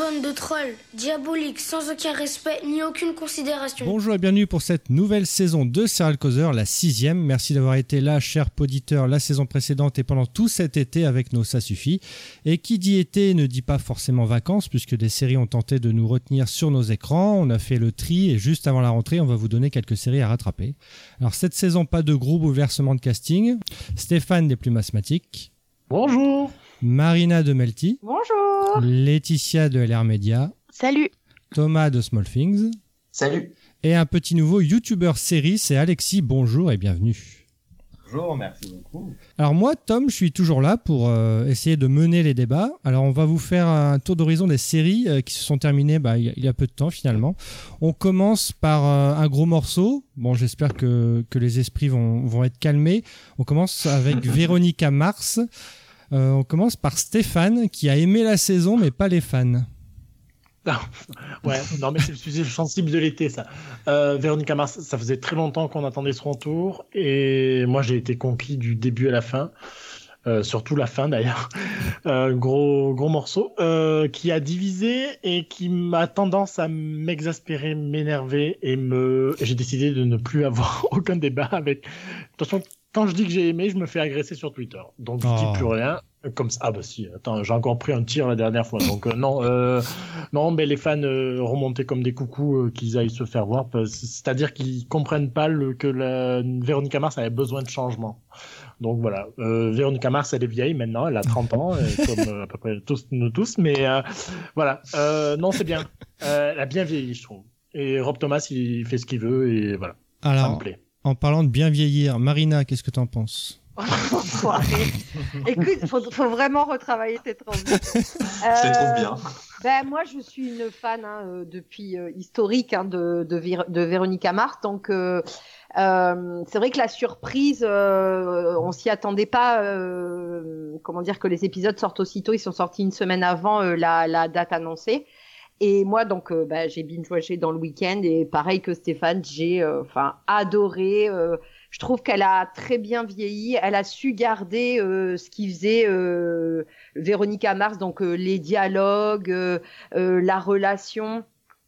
bande de trolls, diaboliques, sans aucun respect ni aucune considération. Bonjour et bienvenue pour cette nouvelle saison de Serial Causeur, la 6e. Merci d'avoir été là, chers auditeurs, la saison précédente et pendant tout cet été avec nos Ça Suffit. Et qui dit été ne dit pas forcément vacances, puisque des séries ont tenté de nous retenir sur nos écrans. On a fait le tri et juste avant la rentrée, on va vous donner quelques séries à rattraper. Alors cette saison, pas de gros bouleversement de casting. Stéphane des Plumes Asthmatiques. Bonjour. Marina de Melty. Bonjour. Laetitia de LR Media. Salut. Thomas de Small Things. Salut. Et un petit nouveau youtubeur série, c'est Alexis. Bonjour et bienvenue. Bonjour, merci beaucoup. Alors moi, Tom, je suis toujours là pour essayer de mener les débats. Alors on va vous faire un tour d'horizon des séries qui se sont terminées il y a peu de temps finalement. On commence par un gros morceau. Bon, j'espère que les esprits vont être calmés. On commence avec Véronica Mars. On commence par Stéphane qui a aimé la saison mais pas les fans. Ouais, non mais c'est le sujet sensible de l'été ça. Véronica Mars, ça faisait très longtemps qu'on attendait son retour et moi j'ai été conquis du début à la fin, surtout la fin d'ailleurs. Gros morceau qui a divisé et qui m'a tendance à m'exaspérer, m'énerver et j'ai décidé de ne plus avoir aucun débat avec. Attention, quand je dis que j'ai aimé, je me fais agresser sur Twitter. Donc je dis plus rien. Comme ça. Ah bah si, attends, j'ai encore pris un tir la dernière fois. Donc non, mais les fans remontaient comme des coucous qu'ils aillent se faire voir. C'est-à-dire qu'ils comprennent pas que Véronica Mars avait besoin de changement. Donc voilà, Véronica Mars, elle est vieille maintenant, elle a 30 ans, comme à peu près nous tous, mais voilà. Non, c'est bien. Elle a bien vieilli, je trouve. Et Rob Thomas, il fait ce qu'il veut et voilà. Alors, ça me plaît. En parlant de bien vieillir, Marina, qu'est-ce que t'en penses? Écoute, faut vraiment retravailler tes transitions. Je les trouve bien. Moi, je suis une fan depuis historique de Véronica Mars, donc c'est vrai que la surprise, on s'y attendait pas. Comment dire que les épisodes sortent aussitôt, ils sont sortis une semaine avant la date annoncée. Et moi, donc, j'ai binge-watché dans le week-end et pareil que Stéphane, j'ai adoré. Je trouve qu'elle a très bien vieilli. Elle a su garder ce qui faisait Véronica Mars, donc les dialogues, la relation.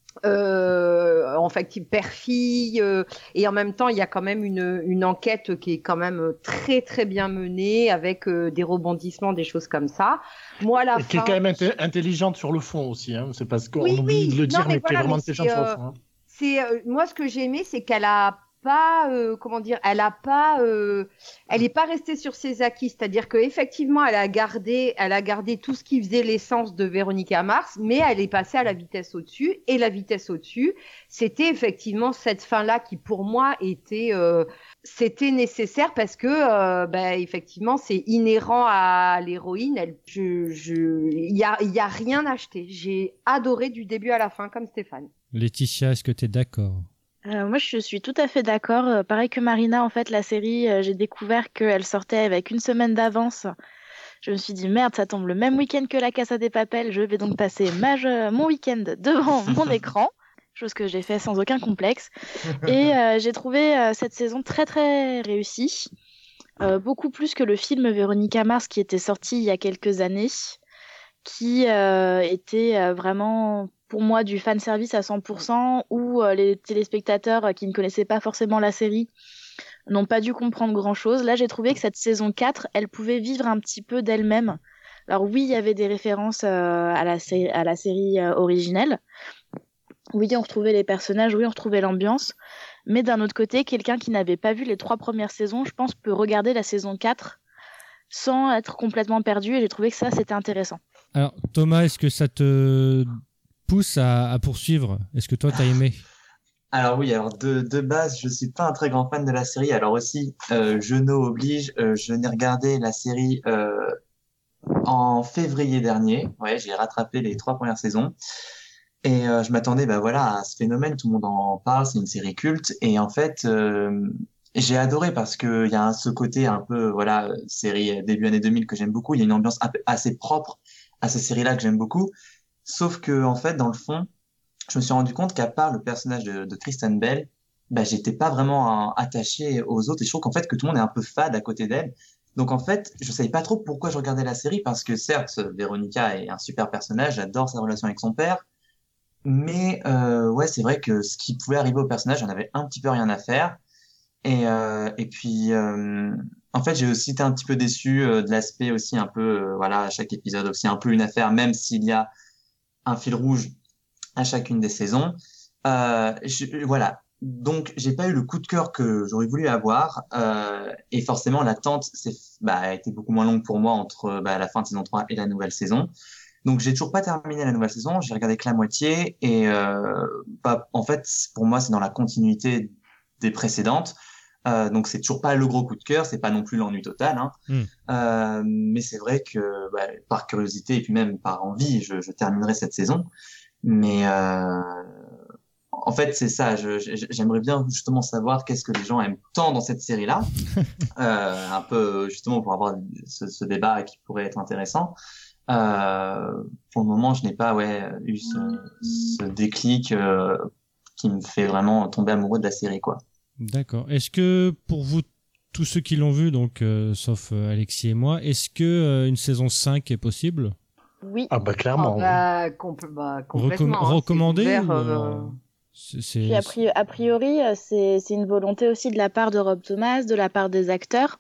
En fait, père-fille, et en même temps, il y a quand même une enquête qui est quand même très très bien menée avec des rebondissements, des choses comme ça. Moi, la fin, qui est quand même intelligente sur le fond aussi, hein. C'est parce qu'on oublie de le dire, mais qui est vraiment intelligente sur le fond. Hein. Moi, ce que j'ai aimé, c'est qu'elle a pas elle est pas restée sur ses acquis, c'est-à-dire que effectivement elle a gardé tout ce qui faisait l'essence de Véronica Mars, mais elle est passée à la vitesse au-dessus, et la vitesse au-dessus, c'était effectivement cette fin-là qui pour moi était c'était nécessaire parce que effectivement c'est inhérent à l'héroïne. Il y a rien à acheter. J'ai adoré du début à la fin comme Stéphane. Laetitia, est-ce que tu es d'accord? Moi, je suis tout à fait d'accord. Pareil que Marina, en fait, la série, j'ai découvert qu'elle sortait avec une semaine d'avance. Je me suis dit, merde, ça tombe le même week-end que La Casa des Papel. Je vais donc passer mon week-end devant mon écran, chose que j'ai fait sans aucun complexe. Et j'ai trouvé cette saison très, très réussie. Beaucoup plus que le film Véronica Mars qui était sorti il y a quelques années, qui était vraiment... pour moi, du fanservice à 100%, où les téléspectateurs qui ne connaissaient pas forcément la série n'ont pas dû comprendre grand-chose. Là, j'ai trouvé que cette saison 4, elle pouvait vivre un petit peu d'elle-même. Alors oui, il y avait des références à la série originelle. Oui, on retrouvait les personnages, oui, on retrouvait l'ambiance. Mais d'un autre côté, quelqu'un qui n'avait pas vu les 3 premières saisons, je pense, peut regarder la saison 4 sans être complètement perdu. Et j'ai trouvé que ça, c'était intéressant. Alors, Thomas, est-ce que ça te pousse à poursuivre? Est-ce que toi t'as aimé? Alors oui, alors de base, je suis pas un très grand fan de la série. Alors aussi, Jeunot oblige, je n'ai regardé la série en février dernier. Ouais, j'ai rattrapé les 3 premières saisons. Et je m'attendais à ce phénomène, tout le monde en parle, c'est une série culte. Et en fait, j'ai adoré parce que il y a ce côté un peu série début années 2000 que j'aime beaucoup. Il y a une ambiance assez propre à ces séries-là que j'aime beaucoup. Sauf que, en fait, dans le fond, je me suis rendu compte qu'à part le personnage de Kristen Bell, j'étais pas vraiment attaché aux autres. Et je trouve qu'en fait, que tout le monde est un peu fade à côté d'elle. Donc en fait, je savais pas trop pourquoi je regardais la série parce que certes, Véronica est un super personnage, j'adore sa relation avec son père, mais ouais, c'est vrai que ce qui pouvait arriver au personnage, j'en avais un petit peu rien à faire. Et puis en fait, j'ai aussi été un petit peu déçu de l'aspect aussi un peu, voilà, à chaque épisode aussi un peu une affaire, même s'il y a un fil rouge à chacune des saisons. Voilà. Donc, j'ai pas eu le coup de cœur que j'aurais voulu avoir. Et forcément, l'attente a été beaucoup moins longue pour moi entre la fin de saison 3 et la nouvelle saison. Donc, j'ai toujours pas terminé la nouvelle saison. J'ai regardé que la moitié. Et en fait, pour moi, c'est dans la continuité des précédentes. Donc, c'est toujours pas le gros coup de cœur. C'est pas non plus l'ennui total. Hein. Mais c'est vrai que par curiosité et puis même par envie, je terminerai cette saison. Mais en fait, c'est ça. J'aimerais bien justement savoir qu'est-ce que les gens aiment tant dans cette série-là, un peu justement pour avoir ce débat qui pourrait être intéressant. Pour le moment, je n'ai pas eu ce déclic qui me fait vraiment tomber amoureux de la série, quoi. D'accord. Est-ce que pour vous, tous ceux qui l'ont vu, donc sauf Alexis et moi, est-ce que une saison 5 est possible? Oui. Ah bah clairement. Complètement. Recommandé Puis a priori, c'est une volonté aussi de la part de Rob Thomas, de la part des acteurs.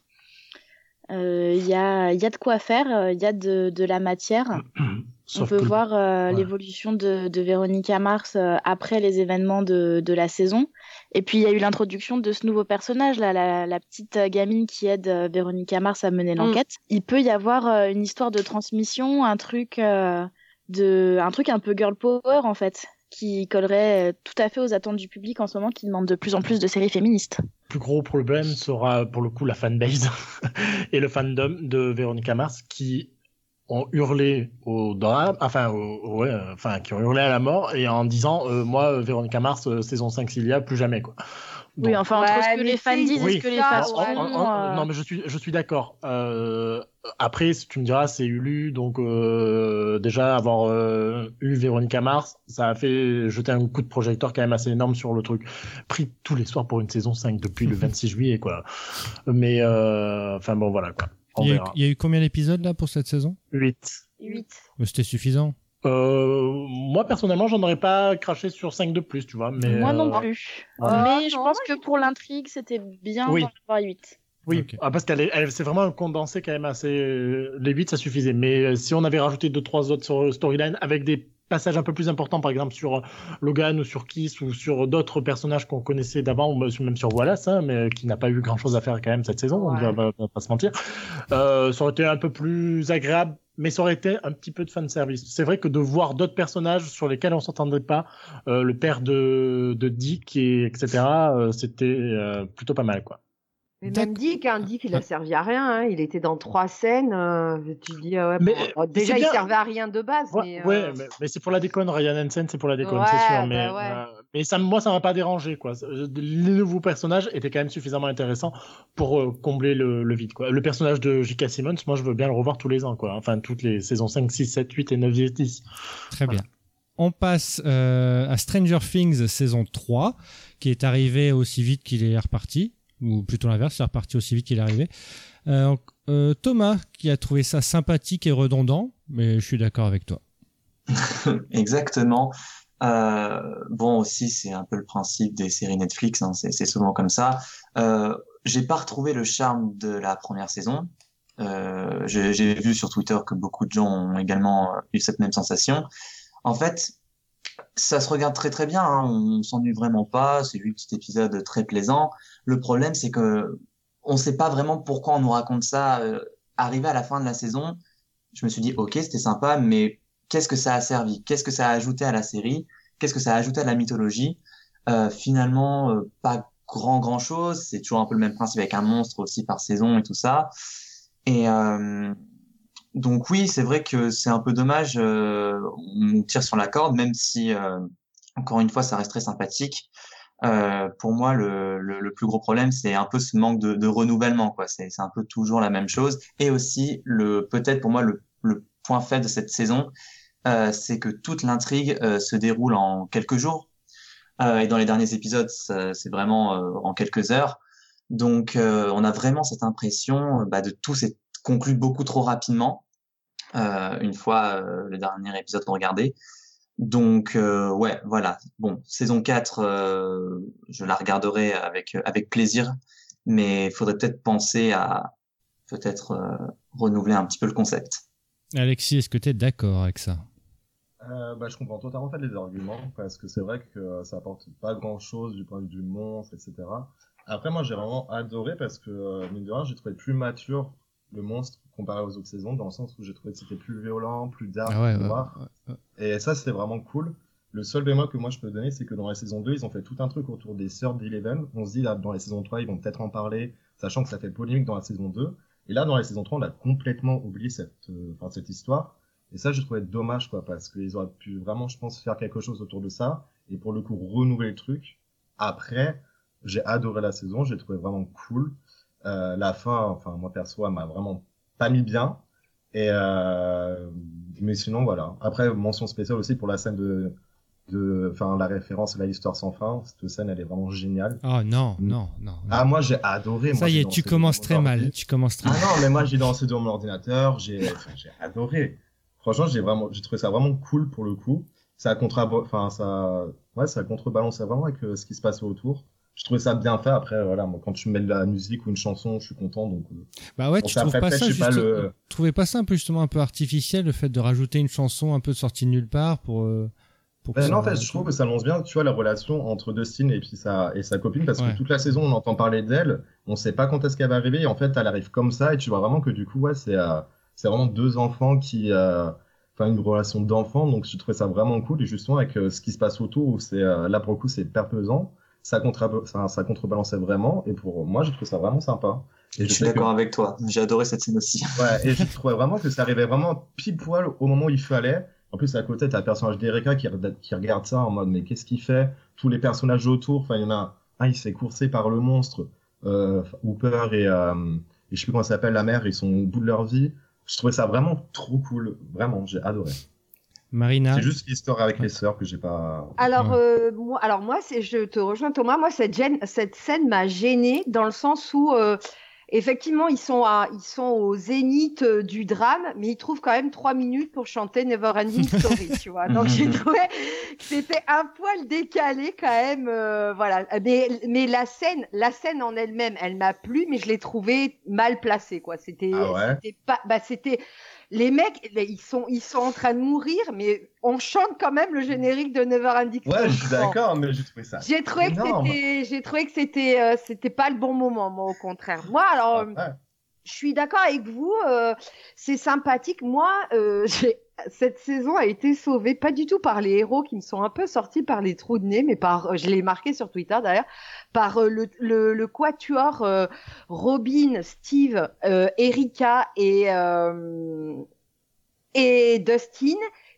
Il y a de quoi faire, il y a de la matière. On peut voir l'évolution de Véronica Mars après les événements de la saison. Et puis il y a eu l'introduction de ce nouveau personnage, là, la petite gamine qui aide Véronica Mars à mener l'enquête. Il peut y avoir une histoire de transmission, un truc un peu girl power en fait, qui collerait tout à fait aux attentes du public en ce moment, qui demande de plus en plus de séries féministes. Le plus gros problème sera pour le coup la fanbase et le fandom de Véronica Mars qui ont hurlé au drame, qui ont hurlé à la mort et en disant moi Véronica Mars saison 5 s'il y a plus jamais quoi. Donc, oui, enfin entre ce que les fans disent et ce que les fans font. Non mais je suis d'accord. Après, si tu me diras, c'est Hulu, donc déjà avoir eu Véronica Mars, ça a fait jeter un coup de projecteur quand même assez énorme sur le truc. Pris tous les soirs pour une saison 5 depuis le 26 juillet, quoi. Mais bon, voilà, quoi. Il y a eu combien d'épisodes là pour cette saison? 8. C'était suffisant? Moi personnellement, j'en aurais pas craché sur 5 de plus, tu vois. Mais, moi non plus. Mais je pense que pour l'intrigue, c'était bien d'en avoir 8. Oui, okay. Parce qu'elle c'est vraiment un condensé quand même assez. Les 8, ça suffisait. Mais si on avait rajouté 2-3 autres storylines avec des passages un peu plus importants, par exemple sur Logan ou sur Kiss ou sur d'autres personnages qu'on connaissait d'avant, ou même sur Wallace, hein, mais qui n'a pas eu grand-chose à faire quand même cette saison, on va pas se mentir, ça aurait été un peu plus agréable, mais ça aurait été un petit peu de fanservice. C'est vrai que de voir d'autres personnages sur lesquels on s'entendait pas, le père de Dick, etc., c'était plutôt pas mal, quoi. Mais même Dick, il a servi à rien. Hein. Il était dans 3 scènes. Tu dis, déjà, il servait à rien de base. Mais c'est pour la déconne. Ryan Hansen, c'est pour la déconne, c'est sûr. Mais ça, moi, ça m'a pas dérangé, quoi. Les nouveaux personnages étaient quand même suffisamment intéressants pour combler le vide, quoi. Le personnage de J.K. Simmons, moi, je veux bien le revoir tous les ans, quoi. Enfin, toutes les saisons 5, 6, 7, 8 et 9, 10. Très bien. On passe à Stranger Things saison 3, qui est arrivé aussi vite qu'il est reparti. Ou plutôt l'inverse, c'est reparti aussi vite qu'il est arrivé. Thomas, qui a trouvé ça sympathique et redondant, mais je suis d'accord avec toi. Exactement. Bon, aussi, c'est un peu le principe des séries Netflix, hein, c'est souvent comme ça. J'ai pas retrouvé le charme de la première saison. J'ai vu sur Twitter que beaucoup de gens ont également eu cette même sensation. En fait, ça se regarde très très bien, hein, on s'ennuie vraiment pas, c'est 8 petits épisodes très plaisants. Le problème, c'est que on sait pas vraiment pourquoi on nous raconte ça. Arrivé à la fin de la saison, je me suis dit, ok, c'était sympa, mais qu'est-ce que ça a servi? Qu'est-ce que ça a ajouté à la série? Qu'est-ce que ça a ajouté à la mythologie? Finalement, pas grand chose. C'est toujours un peu le même principe avec un monstre aussi par saison et tout ça. Et donc oui, c'est vrai que c'est un peu dommage. On tire sur la corde, même si encore une fois, ça reste très sympathique. Pour moi, le plus gros problème, c'est un peu ce manque de renouvellement, quoi. C'est un peu toujours la même chose. Et aussi, peut-être pour moi, le point faible de cette saison, c'est que toute l'intrigue se déroule en quelques jours. Et dans les derniers épisodes, c'est vraiment en quelques heures. Donc, on a vraiment cette impression de tout s'est conclu beaucoup trop rapidement une fois le dernier épisode regardé. Donc, ouais, voilà. Bon, saison 4, je la regarderai avec plaisir, mais il faudrait peut-être penser à renouveler un petit peu le concept. Alexis, est-ce que tu es d'accord avec ça? Je comprends totalement en fait les arguments, parce que c'est vrai que ça apporte pas grand-chose du point de vue du monstre, etc. Après, moi, j'ai vraiment adoré parce que, mine de rien, j'ai trouvé plus mature le monstre comparé aux autres saisons, dans le sens où j'ai trouvé que c'était plus violent, plus dark, plus noir. Et ça, c'était vraiment cool. Le seul bémol que moi je peux donner, c'est que dans la saison 2, ils ont fait tout un truc autour des sœurs d'Eleven. On se dit, là, dans la saison 3, ils vont peut-être en parler, sachant que ça fait polémique dans la saison 2. Et là, dans la saison 3, on a complètement oublié cette histoire. Et ça, je trouvais dommage, quoi, parce qu'ils auraient pu vraiment, je pense, faire quelque chose autour de ça. Et pour le coup, renouveler le truc. Après, j'ai adoré la saison, j'ai trouvé vraiment cool. La fin, enfin, moi, perso, elle m'a vraiment pas mis bien. Mais sinon, voilà. Après, mention spéciale aussi pour la scène la référence à la histoire sans fin. Cette scène, elle est vraiment géniale. Oh non. Ah, moi, j'ai adoré. Ça y est, tu commences très mal. Ah non, mais moi, j'ai dansé devant mon ordinateur. J'ai adoré. Franchement, j'ai trouvé ça vraiment cool pour le coup. Ça contrebalancait vraiment avec ce qui se passait autour. Je trouvais ça bien fait. Après, voilà, moi, quand tu mets de la musique ou une chanson, je suis content. Donc, bah ouais, tu trouvais pas ça un peu justement un peu artificiel, le fait de rajouter une chanson un peu sortie de nulle part pour non, en fait, je trouve que ça lance bien, tu vois, la relation entre Dustin et puis sa copine, parce que toute la saison, on entend parler d'elle, on sait pas quand est-ce qu'elle va arriver, et en fait, elle arrive comme ça, et tu vois vraiment que du coup, ouais, c'est vraiment deux enfants une relation d'enfants, donc je trouvais ça vraiment cool, et justement, avec ce qui se passe autour, où là, pour le coup, c'est hyper pesant, ça contrebalançait vraiment, et pour moi, je trouve ça vraiment sympa. Et je suis d'accord avec toi, j'ai adoré cette scène aussi. Ouais, et je trouvais vraiment que ça arrivait vraiment pile poil au moment où il fallait. En plus, à côté, t'as le personnage d'Erika qui regarde ça en mode, mais qu'est-ce qu'il fait? Tous les personnages autour, enfin, il y en a un, il se fait courser par le monstre, Hooper et je sais plus comment ça s'appelle, la mère, ils sont au bout de leur vie. Je trouvais ça vraiment trop cool. Vraiment, j'ai adoré. Marina. C'est juste l'histoire avec les sœurs que j'ai pas. Alors, moi, je te rejoins, Thomas. Moi, cette scène m'a gênée dans le sens où, effectivement, ils sont au zénith du drame, mais ils trouvent quand même 3 minutes pour chanter Neverending Story, tu vois. Donc, j'ai trouvé que c'était un poil décalé quand même, voilà. Mais la scène en elle-même, elle m'a plu, mais je l'ai trouvée mal placée, quoi. C'était les mecs, ils sont en train de mourir, mais on chante quand même le générique de Neverending Story. Ouais, je suis d'accord, mais j'ai trouvé ça. J'ai trouvé que c'était pas le bon moment, moi, au contraire. Moi, alors, je suis d'accord avec vous, c'est sympathique. Moi, cette saison a été sauvée, pas du tout par les héros qui me sont un peu sortis par les trous de nez, mais je l'ai marqué sur Twitter d'ailleurs, par le quatuor Robin, Steve, Erika et Dustin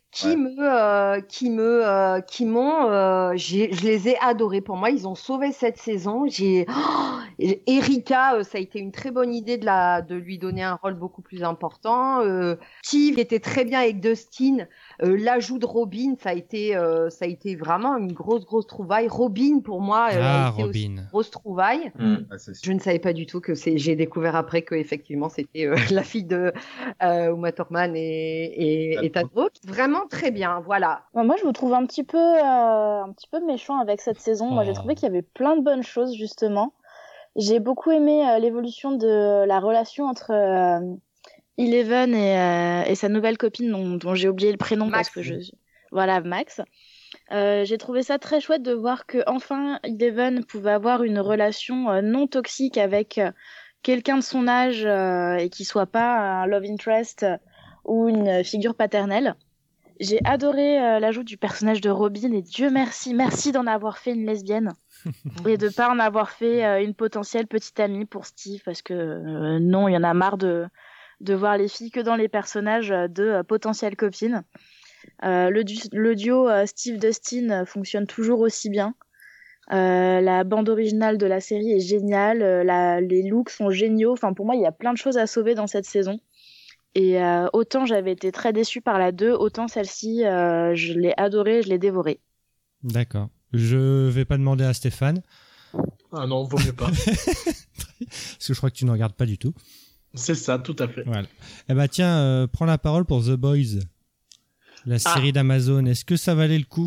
je les ai adorés. Pour moi, ils ont sauvé cette saison. Erika, ça a été une très bonne idée de lui donner un rôle beaucoup plus important. Steve était très bien avec Dustin. L'ajout de Robin, ça a été vraiment une grosse trouvaille. Robin, pour moi, a été aussi une grosse trouvaille. Je ne savais pas du tout j'ai découvert après que effectivement c'était la fille de Uma Thurman et Tad Brooke. Vraiment très bien, voilà. Moi, je vous trouve un petit peu méchant avec cette saison. Moi, j'ai trouvé qu'il y avait plein de bonnes choses, justement. J'ai beaucoup aimé l'évolution de la relation entre Eleven et sa nouvelle copine, dont j'ai oublié le prénom, Max. parce que voilà, Max. J'ai trouvé ça très chouette de voir que enfin Eleven pouvait avoir une relation non toxique avec quelqu'un de son âge et qui soit pas un love interest ou une figure paternelle. J'ai adoré l'ajout du personnage de Robin, et Dieu merci d'en avoir fait une lesbienne et de pas en avoir fait une potentielle petite amie pour Steve, parce que non, il y en a marre de voir les filles que dans les personnages de potentielles copines. Le duo Steve-Dustin fonctionne toujours aussi bien. La bande originale de la série est géniale, les looks sont géniaux. Enfin, pour moi, il y a plein de choses à sauver dans cette saison. Et autant j'avais été très déçue par la 2, autant celle-ci, je l'ai adorée, je l'ai dévorée. D'accord. Je vais pas demander à Stéphane. Ah non, vaut mieux pas. Parce que je crois que tu ne regardes pas du tout. C'est ça, tout à fait. Voilà. Eh ben tiens, prends la parole pour The Boys, la série d'Amazon. Est-ce que ça valait le coup?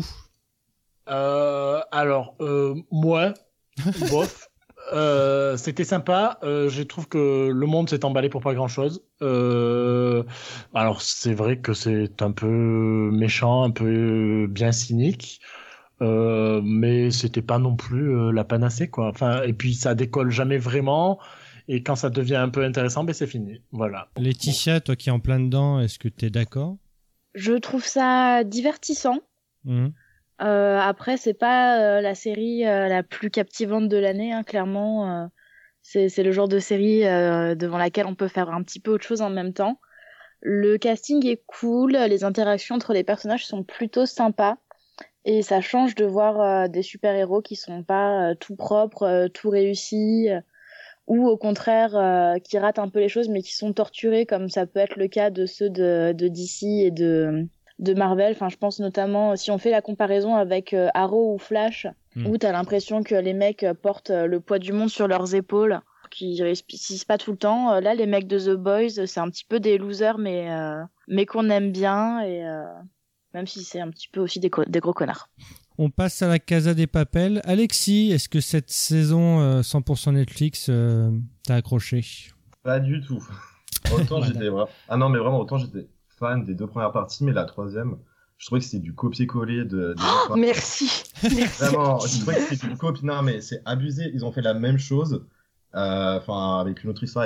Moi, bof. C'était sympa. Je trouve que le monde s'est emballé pour pas grand-chose. Alors c'est vrai que c'est un peu méchant, un peu bien cynique, mais c'était pas non plus la panacée, quoi. Enfin, et puis ça décolle jamais vraiment. Et quand ça devient un peu intéressant, ben c'est fini. Voilà. Laetitia, toi qui es en plein dedans, est-ce que t'es d'accord? Je trouve ça divertissant. Mhm. Après, c'est pas la série la plus captivante de l'année, hein, clairement. C'est le genre de série devant laquelle on peut faire un petit peu autre chose en même temps. Le casting est cool, les interactions entre les personnages sont plutôt sympas. Et ça change de voir des super-héros qui sont pas tout propres, tout réussis, ou au contraire qui ratent un peu les choses mais qui sont torturés, comme ça peut être le cas de ceux de DC et de Marvel. Enfin, je pense notamment, si on fait la comparaison avec Arrow ou Flash, où t'as l'impression que les mecs portent le poids du monde sur leurs épaules, qui réussissent pas tout le temps. Là, les mecs de The Boys, c'est un petit peu des losers, mais qu'on aime bien, et même si c'est un petit peu aussi des gros connards. On passe à la Casa des Papel. Alexis, est-ce que cette saison 100% Netflix t'a accroché? Pas du tout. Autant j'étais vraiment autant j'étais fan des 2 premières parties, mais la 3e, je trouvais que c'était du copier-coller de Merci. Vraiment, je trouvais que c'était du copie. Non, mais c'est abusé. Ils ont fait la même chose, avec une autre histoire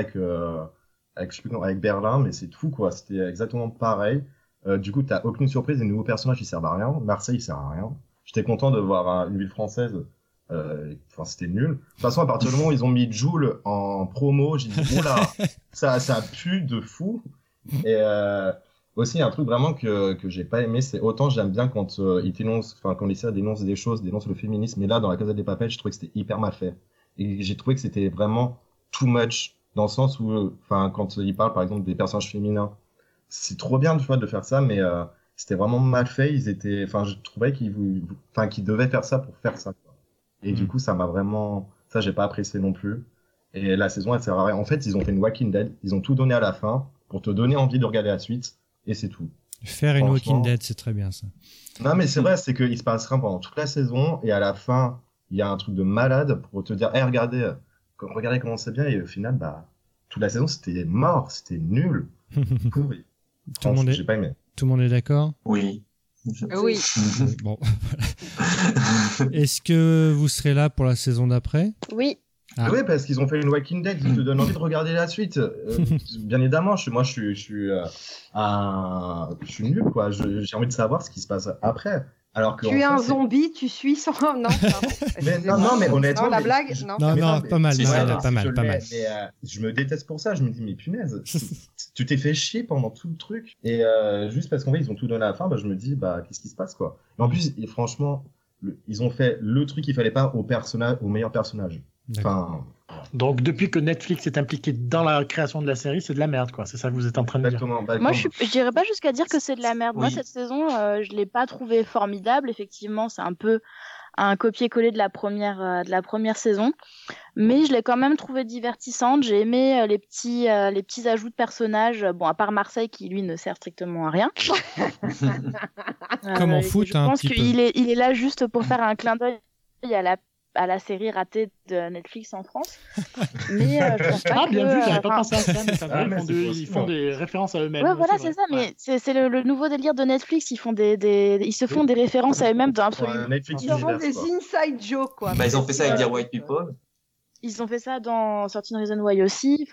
je sais plus comment, avec Berlin, mais c'est tout, quoi. C'était exactement pareil. Du coup, t'as aucune surprise, les nouveaux personnages, ils servent à rien. Marseille, il sert à rien. J'étais content de voir une ville française. C'était nul. De toute façon, à partir du moment où ils ont mis Jul en promo, j'ai dit, oula, ça pue de fou. Et aussi, il y a un truc vraiment que j'ai pas aimé, c'est autant j'aime bien quand quand les séries dénoncent des choses, dénoncent le féminisme, mais là, dans la Casa des Papel, je trouvais que c'était hyper mal fait. Et j'ai trouvé que c'était vraiment too much, dans le sens où, quand ils parlent, par exemple, des personnages féminins, c'est trop bien, tu vois, de faire ça, mais c'était vraiment mal fait. Je trouvais qu'ils devaient faire ça pour faire ça, quoi. Et du coup, ça j'ai pas apprécié non plus. Et la saison, elle sert à rien. En fait, ils ont fait une Walking Dead, ils ont tout donné à la fin pour te donner envie de regarder la suite, et c'est tout. Faire une Walking Dead, c'est très bien ça. Non, mais c'est vrai, c'est qu'il se passe rien pendant toute la saison, et à la fin, il y a un truc de malade pour te dire, hey, regardez comment c'est bien, et au final, toute la saison, c'était mort, c'était nul. Pourri. J'ai pas aimé. Tout le monde est d'accord? Oui. Oui. Bon. Est-ce que vous serez là pour la saison d'après? Oui. Ah. Oui, parce qu'ils ont fait une Walking Dead qui te donne envie de regarder la suite. Bien évidemment, je suis nul, quoi. J'ai envie de savoir ce qui se passe après. Alors que tu es un zombie, tu suis sans... Non, pardon. mais honnêtement... Non, la blague, non. Non, pas mal. Pas mal. Mais je me déteste pour ça. Je me dis, mais punaise, tu t'es fait chier pendant tout le truc. Et juste parce qu'en fait, ils ont tout donné à la fin, je me dis, qu'est-ce qui se passe, quoi. Et en plus, franchement, ils ont fait le truc qu'il fallait pas au meilleur personnage. Donc, depuis que Netflix est impliqué dans la création de la série, c'est de la merde, quoi. C'est ça que vous êtes en train de dire. Moi, je dirais pas jusqu'à dire que c'est de la merde. Oui. Moi, cette saison, je l'ai pas trouvée formidable. Effectivement, c'est un peu un copier-coller de la première saison, mais je l'ai quand même trouvée divertissante. J'ai aimé les petits ajouts de personnages. Bon, à part Marseille qui lui ne sert strictement à rien. Comme en foot, je pense qu'il est là juste pour faire un clin d'œil à la série ratée de Netflix en France. Mais je pense pas bien vu, j'avais pas pensé à ça, mais c'est vrai, ils font des références à eux-mêmes. Ouais, voilà, c'est ça, mais c'est le nouveau délire de Netflix, ils se font des références à eux-mêmes dans absolument... Ils font des inside jokes, quoi. Ils ont fait ça avec Dear White People. Ils ont fait ça dans Certain Reason Why aussi,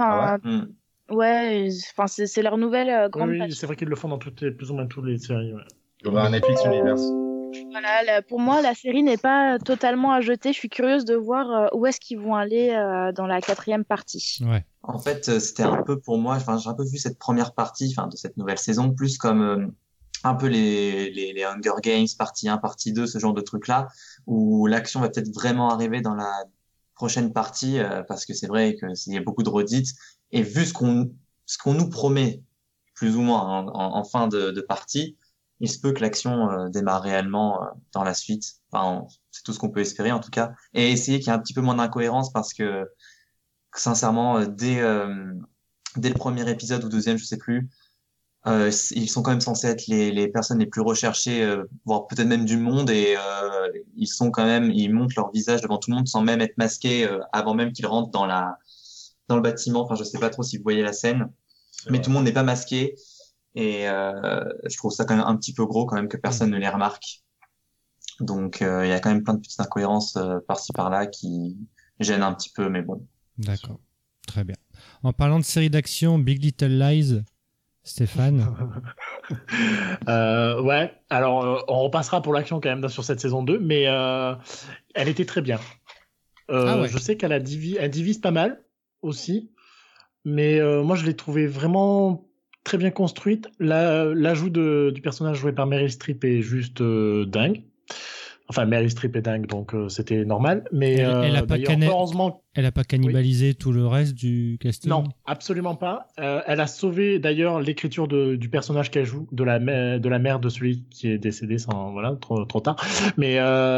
c'est leur nouvelle grande Oui, c'est vrai qu'ils le font dans plus ou moins toutes les séries, ouais. Un Netflix Universe. Voilà, pour moi, la série n'est pas totalement à jeter. Je suis curieuse de voir où est-ce qu'ils vont aller dans la 4e partie. Ouais. En fait, c'était un peu pour moi, j'ai un peu vu cette première partie, de cette nouvelle saison, plus comme un peu les Hunger Games, partie 1, partie 2, ce genre de trucs-là, où l'action va peut-être vraiment arriver dans la prochaine partie, parce que c'est vrai qu'il y a beaucoup de redites, et vu ce qu'on nous promet, plus ou moins, en fin de partie, il se peut que l'action démarre réellement dans la suite. Enfin, c'est tout ce qu'on peut espérer en tout cas. Et essayer qu'il y ait un petit peu moins d'incohérence parce que sincèrement, dès le premier épisode ou deuxième, je sais plus, ils sont quand même censés être les personnes les plus recherchées, voire peut-être même du monde, et ils montrent leur visage devant tout le monde sans même être masqués avant même qu'ils rentrent dans le bâtiment. Enfin, je sais pas trop si vous voyez la scène, mais tout le monde n'est pas masqué, et je trouve ça quand même un petit peu gros quand même que personne ne les remarque. Donc, il y a quand même plein de petites incohérences par-ci par-là qui gênent un petit peu, mais bon. D'accord, très bien. En parlant de série d'action, Big Little Lies, Stéphane. Ouais, alors on repassera pour l'action quand même sur cette saison 2, mais elle était très bien. Ouais. Je sais qu'elle divise pas mal aussi, mais moi je l'ai trouvée vraiment très bien construite. L'ajout du personnage joué par Meryl Streep est juste dingue. Enfin, Meryl Streep est dingue, donc c'était normal. Mais elle a pas heureusement... Elle a pas cannibalisé tout le reste du casting. Non, absolument pas. Elle a sauvé d'ailleurs l'écriture du personnage qu'elle joue, de la mère de celui qui est décédé, trop tard. Mais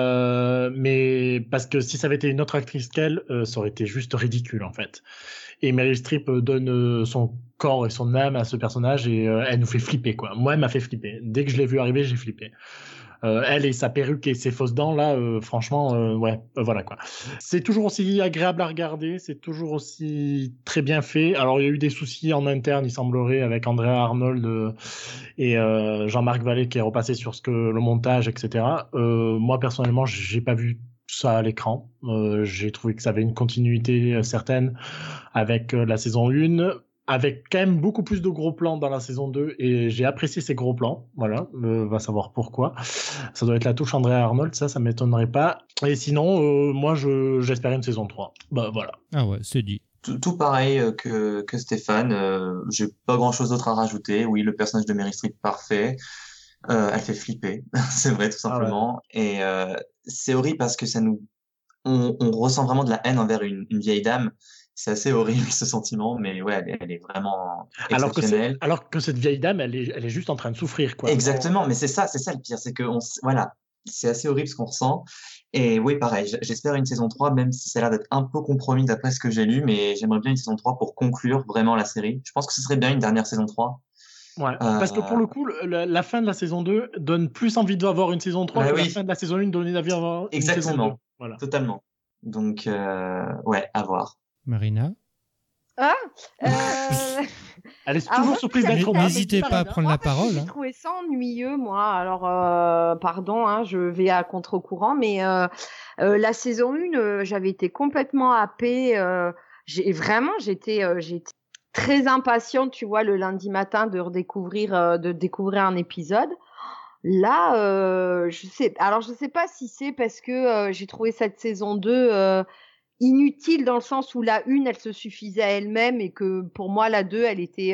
parce que si ça avait été une autre actrice qu'elle, ça aurait été juste ridicule en fait. Et Meryl Streep donne son corps et son âme à ce personnage et elle nous fait flipper quoi. Moi, elle m'a fait flipper. Dès que je l'ai vue arriver, j'ai flippé. Elle et sa perruque et ses fausses dents là, franchement, voilà quoi. C'est toujours aussi agréable à regarder, c'est toujours aussi très bien fait. Alors il y a eu des soucis en interne, il semblerait, avec Andrea Arnold et Jean-Marc Vallée qui est repassé sur le montage, etc. Moi personnellement, j'ai pas vu ça à l'écran. J'ai trouvé que ça avait une continuité certaine avec la saison 1. Avec quand même beaucoup plus de gros plans dans la saison 2, et j'ai apprécié ces gros plans, voilà, va savoir pourquoi. Ça doit être la touche Andrea Arnold, ça m'étonnerait pas. Et sinon, moi, j'espérais une saison 3. Bah voilà. Ah ouais, c'est dit. Tout pareil que Stéphane, j'ai pas grand-chose d'autre à rajouter. Oui, le personnage de Meryl Streep, parfait. Elle fait flipper, c'est vrai, tout simplement. Ah ouais. Et c'est horrible parce que on ressent vraiment de la haine envers une vieille dame. C'est assez horrible ce sentiment, mais ouais, elle est vraiment exceptionnelle. Alors que cette vieille dame, elle est juste en train de souffrir, quoi. Exactement, mais c'est ça le pire, c'est que voilà, c'est assez horrible ce qu'on ressent. Et oui, pareil, j'espère une saison 3, même si ça a l'air d'être un peu compromis d'après ce que j'ai lu, mais j'aimerais bien une saison 3 pour conclure vraiment la série. Je pense que ce serait bien une dernière saison 3. Ouais, parce que pour le coup, la fin de la saison 2 donne plus envie d'avoir une saison 3 que la fin de la saison 1 donne envie d'avoir une saison 2. Voilà. Totalement. Donc, ouais, à voir. Marina. Elle est toujours surprise d'être là. N'hésitez pas à prendre la parole. J'ai trouvé ça ennuyeux, moi. Alors, pardon, je vais à contre-courant, mais la saison 1, j'avais été complètement happée. J'étais très impatiente, tu vois, le lundi matin de découvrir un épisode. Là, je sais pas si c'est parce que j'ai trouvé cette saison 2 inutile dans le sens où la 1 elle se suffisait à elle-même et que pour moi la 2 elle était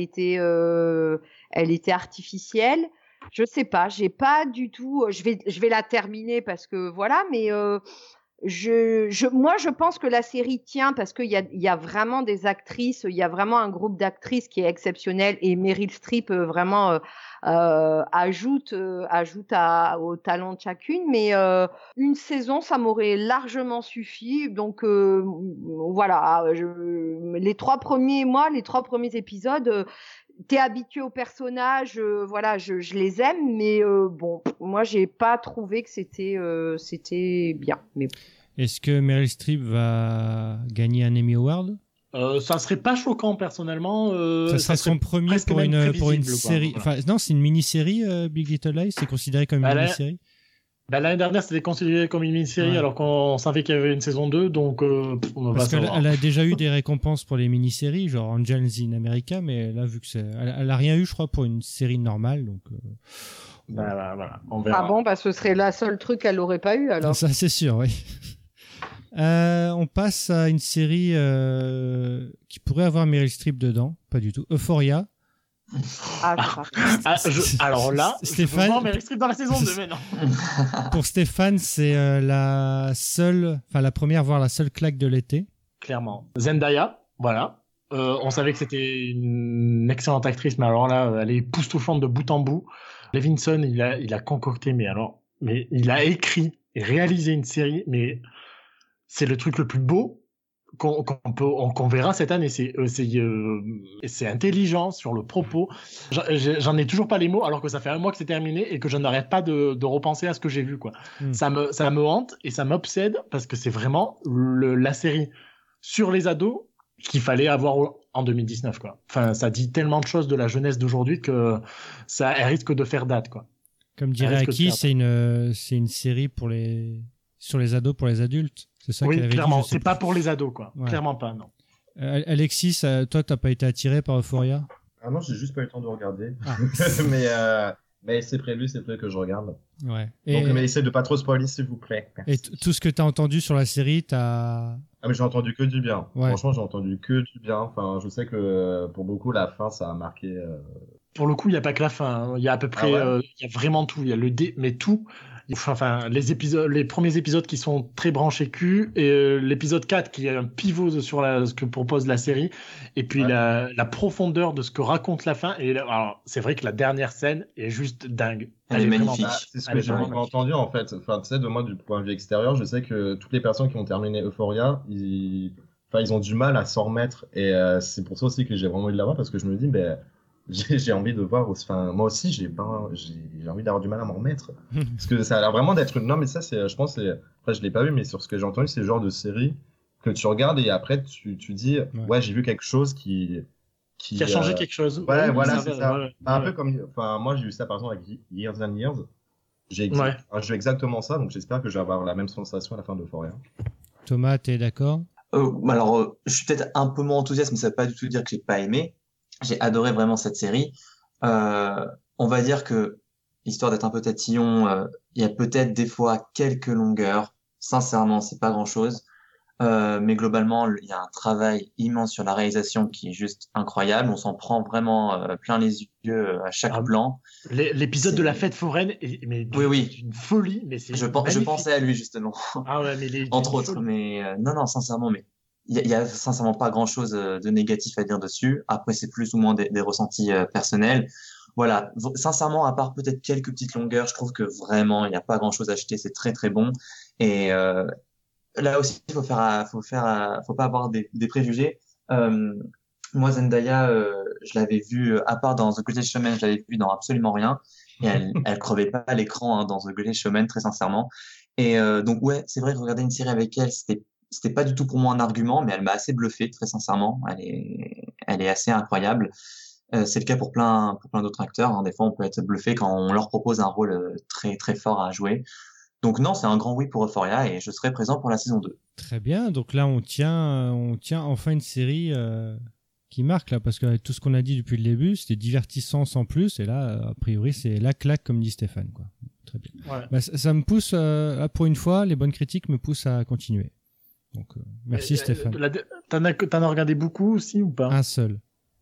artificielle. Je sais pas, j'ai pas du tout. Je vais la terminer parce que voilà, mais moi je pense que la série tient parce qu'il y a vraiment des actrices, il y a vraiment un groupe d'actrices qui est exceptionnel et Meryl Streep vraiment ajoute au talent de chacune, mais une saison ça m'aurait largement suffi. Donc voilà, les trois premiers épisodes, t'es habitué aux personnages, voilà, je les aime, mais bon, moi j'ai pas trouvé que c'était bien. Mais est-ce que Meryl Streep va gagner un Emmy Award? Ça serait pas choquant personnellement. Ça serait son premier pour une série. Enfin, non, c'est une mini-série. Big Little Lies, c'est considéré comme une mini-série. L'année dernière, c'était considéré comme une mini-série alors qu'on savait qu'il y avait une saison 2, donc on va savoir. Elle a déjà eu des récompenses pour les mini-séries, genre Angels in America, mais là, vu que elle a rien eu, je crois, pour une série normale, donc. Voilà, on verra. Ah bon, bah ce serait la seule truc qu'elle aurait pas eu alors. Ça, c'est sûr, oui. On passe à une série qui pourrait avoir Meryl Streep dedans, pas du tout. Euphoria. Alors là, Stéphane, je veux voir Meryl Streep dans la saison 2, mais non. Pour Stéphane, c'est la première, voire la seule claque de l'été. Clairement. Zendaya, voilà. On savait que c'était une excellente actrice, mais alors là, elle est époustouflante de bout en bout. Levinson, il a concocté, mais il a écrit et réalisé une série, mais c'est le truc le plus beau qu'on verra cette année. C'est intelligent sur le propos. J'en ai toujours pas les mots, alors que ça fait un mois que c'est terminé et que je n'arrête pas de repenser à ce que j'ai vu, quoi. Ça me hante et ça m'obsède parce que c'est vraiment la série sur les ados qu'il fallait avoir en 2019, quoi. Enfin, ça dit tellement de choses de la jeunesse d'aujourd'hui que elle risque de faire date, quoi. Comme dirait Aki, c'est une série sur les ados pour les adultes. C'est ça qu'elle avait clairement. dit, c'est pas pour les ados, quoi. Ouais. Clairement pas, non. Alexis, toi, t'as pas été attiré par Euphoria? Ah non, j'ai juste pas eu le temps de regarder. Mais c'est prévu que je regarde. Ouais. Donc, mais essayez de pas trop spoiler, s'il vous plaît. Merci. Et tout ce que t'as entendu sur la série, Ah, mais j'ai entendu que du bien. Ouais. Franchement, j'ai entendu que du bien. Enfin, je sais que pour beaucoup, la fin, ça a marqué. Pour le coup, il n'y a pas que la fin. Hein. Il y a à peu près, il y a vraiment tout. Il y a mais tout. Enfin, les premiers épisodes qui sont très branchés cul, et l'épisode 4 qui est un pivot sur ce que propose la série, et puis la profondeur de ce que raconte la fin. Et alors, c'est vrai que la dernière scène est juste dingue. Elle est magnifique. C'est ce que j'ai entendu, en fait. Enfin, tu sais, de moi, du point de vue extérieur, je sais que toutes les personnes qui ont terminé Euphoria, ils ont du mal à s'en remettre. Et c'est pour ça aussi que j'ai vraiment envie de la voir, parce que je me dis, j'ai envie de voir aussi. Enfin, moi aussi, j'ai envie d'avoir du mal à m'en remettre. Parce que ça a l'air vraiment d'être non, mais ça, je pense, après, je l'ai pas vu, mais sur ce que j'ai entendu, c'est le genre de série que tu regardes et après, tu dis, ouais, j'ai vu quelque chose qui a changé quelque chose. Ouais, voilà, c'est ça. Un peu comme, enfin, moi, j'ai eu ça, par exemple, avec Years and Years. J'ai exactement ça, donc j'espère que je vais avoir la même sensation à la fin d'Euphoria. Thomas, t'es d'accord? Alors, je suis peut-être un peu moins enthousiaste, mais ça veut pas du tout dire que j'ai pas aimé. J'ai adoré vraiment cette série. On va dire que, histoire d'être un peu tatillon, il y a peut-être des fois quelques longueurs. Sincèrement, c'est pas grand-chose. Mais globalement, il y a un travail immense sur la réalisation qui est juste incroyable. On s'en prend vraiment plein les yeux à chaque plan. L'épisode de la fête foraine est une folie. Mais je pensais à lui justement. Ah ouais, mais entre autres. Mais non, sincèrement, mais il y a sincèrement pas grand-chose de négatif à dire dessus. Après, c'est plus ou moins des ressentis personnels. Voilà, sincèrement, à part peut-être quelques petites longueurs, je trouve que vraiment il n'y a pas grand-chose à acheter. C'est très très bon. Et là aussi, faut pas avoir des préjugés. Moi, Zendaya, je l'avais vue, à part dans The Greatest Showman, je l'avais vue dans absolument rien. Et elle crevait pas à l'écran, hein, dans The Greatest Showman, très sincèrement. Et donc, ouais, c'est vrai que regarder une série avec elle, c'était pas du tout pour moi un argument, mais elle m'a assez bluffé, très sincèrement. Elle est assez incroyable. C'est le cas pour plein d'autres acteurs, hein. Des fois, on peut être bluffé quand on leur propose un rôle très, très fort à jouer. Donc non, c'est un grand oui pour Euphoria et je serai présent pour la saison 2. Très bien, donc là on tient enfin une série qui marque là, parce que tout ce qu'on a dit depuis le début, c'était divertissant sans plus, et là, a priori, c'est la claque comme dit Stéphane, quoi. Très bien. Ouais. Bah, ça me pousse, pour une fois, les bonnes critiques me poussent à continuer. Donc merci Stéphane. T'en as regardé beaucoup aussi ou pas? Un seul,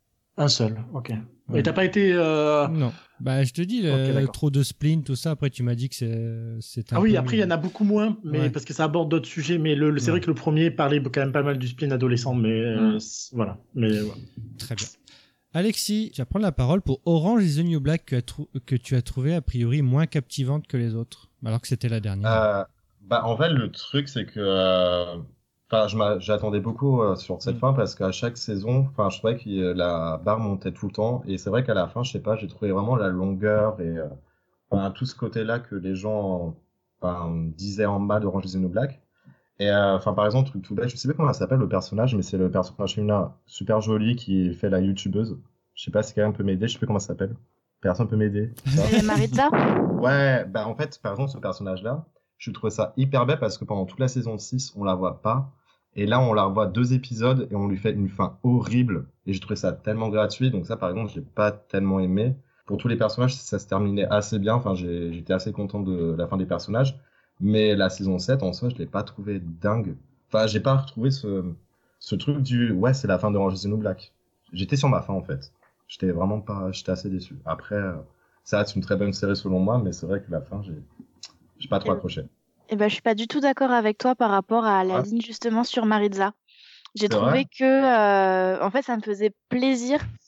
ok. Ouais. Et t'as pas été Non. Bah je te dis, trop de spleen, tout ça. Après tu m'as dit que c'était. Ah oui, après il y en a beaucoup moins, mais parce que ça aborde d'autres sujets. Mais c'est vrai que le premier parlait quand même pas mal du spleen adolescent, mais voilà. Mais très bien. Alexis, tu vas prendre la parole pour Orange is the New Black que tu as trouvé a priori moins captivante que les autres, alors que c'était la dernière. En fait, le truc c'est que. J'attendais beaucoup sur cette fin parce qu'à chaque saison, je trouvais que la barre montait tout le temps et c'est vrai qu'à la fin, je sais pas, j'ai trouvé vraiment la longueur et tout ce côté-là que les gens disaient en bas d'Orange is the New Black. Et par exemple, truc tout bête, je sais pas comment ça s'appelle le personnage, mais c'est le personnage féminin super joli qui fait la youtubeuse. Je sais pas si quelqu'un peut m'aider, je sais pas comment ça s'appelle. Personne peut m'aider. C'est Maritza. Ouais, en fait, par exemple, ce personnage-là, je trouvais ça hyper bête parce que pendant toute la saison 6, on la voit pas. Et là, on la revoit 2 épisodes et on lui fait une fin horrible. Et j'ai trouvé ça tellement gratuit. Donc ça, par exemple, j'ai pas tellement aimé. Pour tous les personnages, ça se terminait assez bien. J'étais assez content de la fin des personnages. Mais la saison 7, en soi, je l'ai pas trouvé dingue. J'ai pas retrouvé ce truc c'est la fin de Orange is the New Black. J'étais sur ma fin, en fait. J'étais assez déçu. Après, ça reste une très bonne série selon moi, mais c'est vrai que la fin, j'ai pas trop accroché. Eh ben, je suis pas du tout d'accord avec toi par rapport à la ligne justement sur Maritza. J'ai trouvé que, en fait, ça me faisait plaisir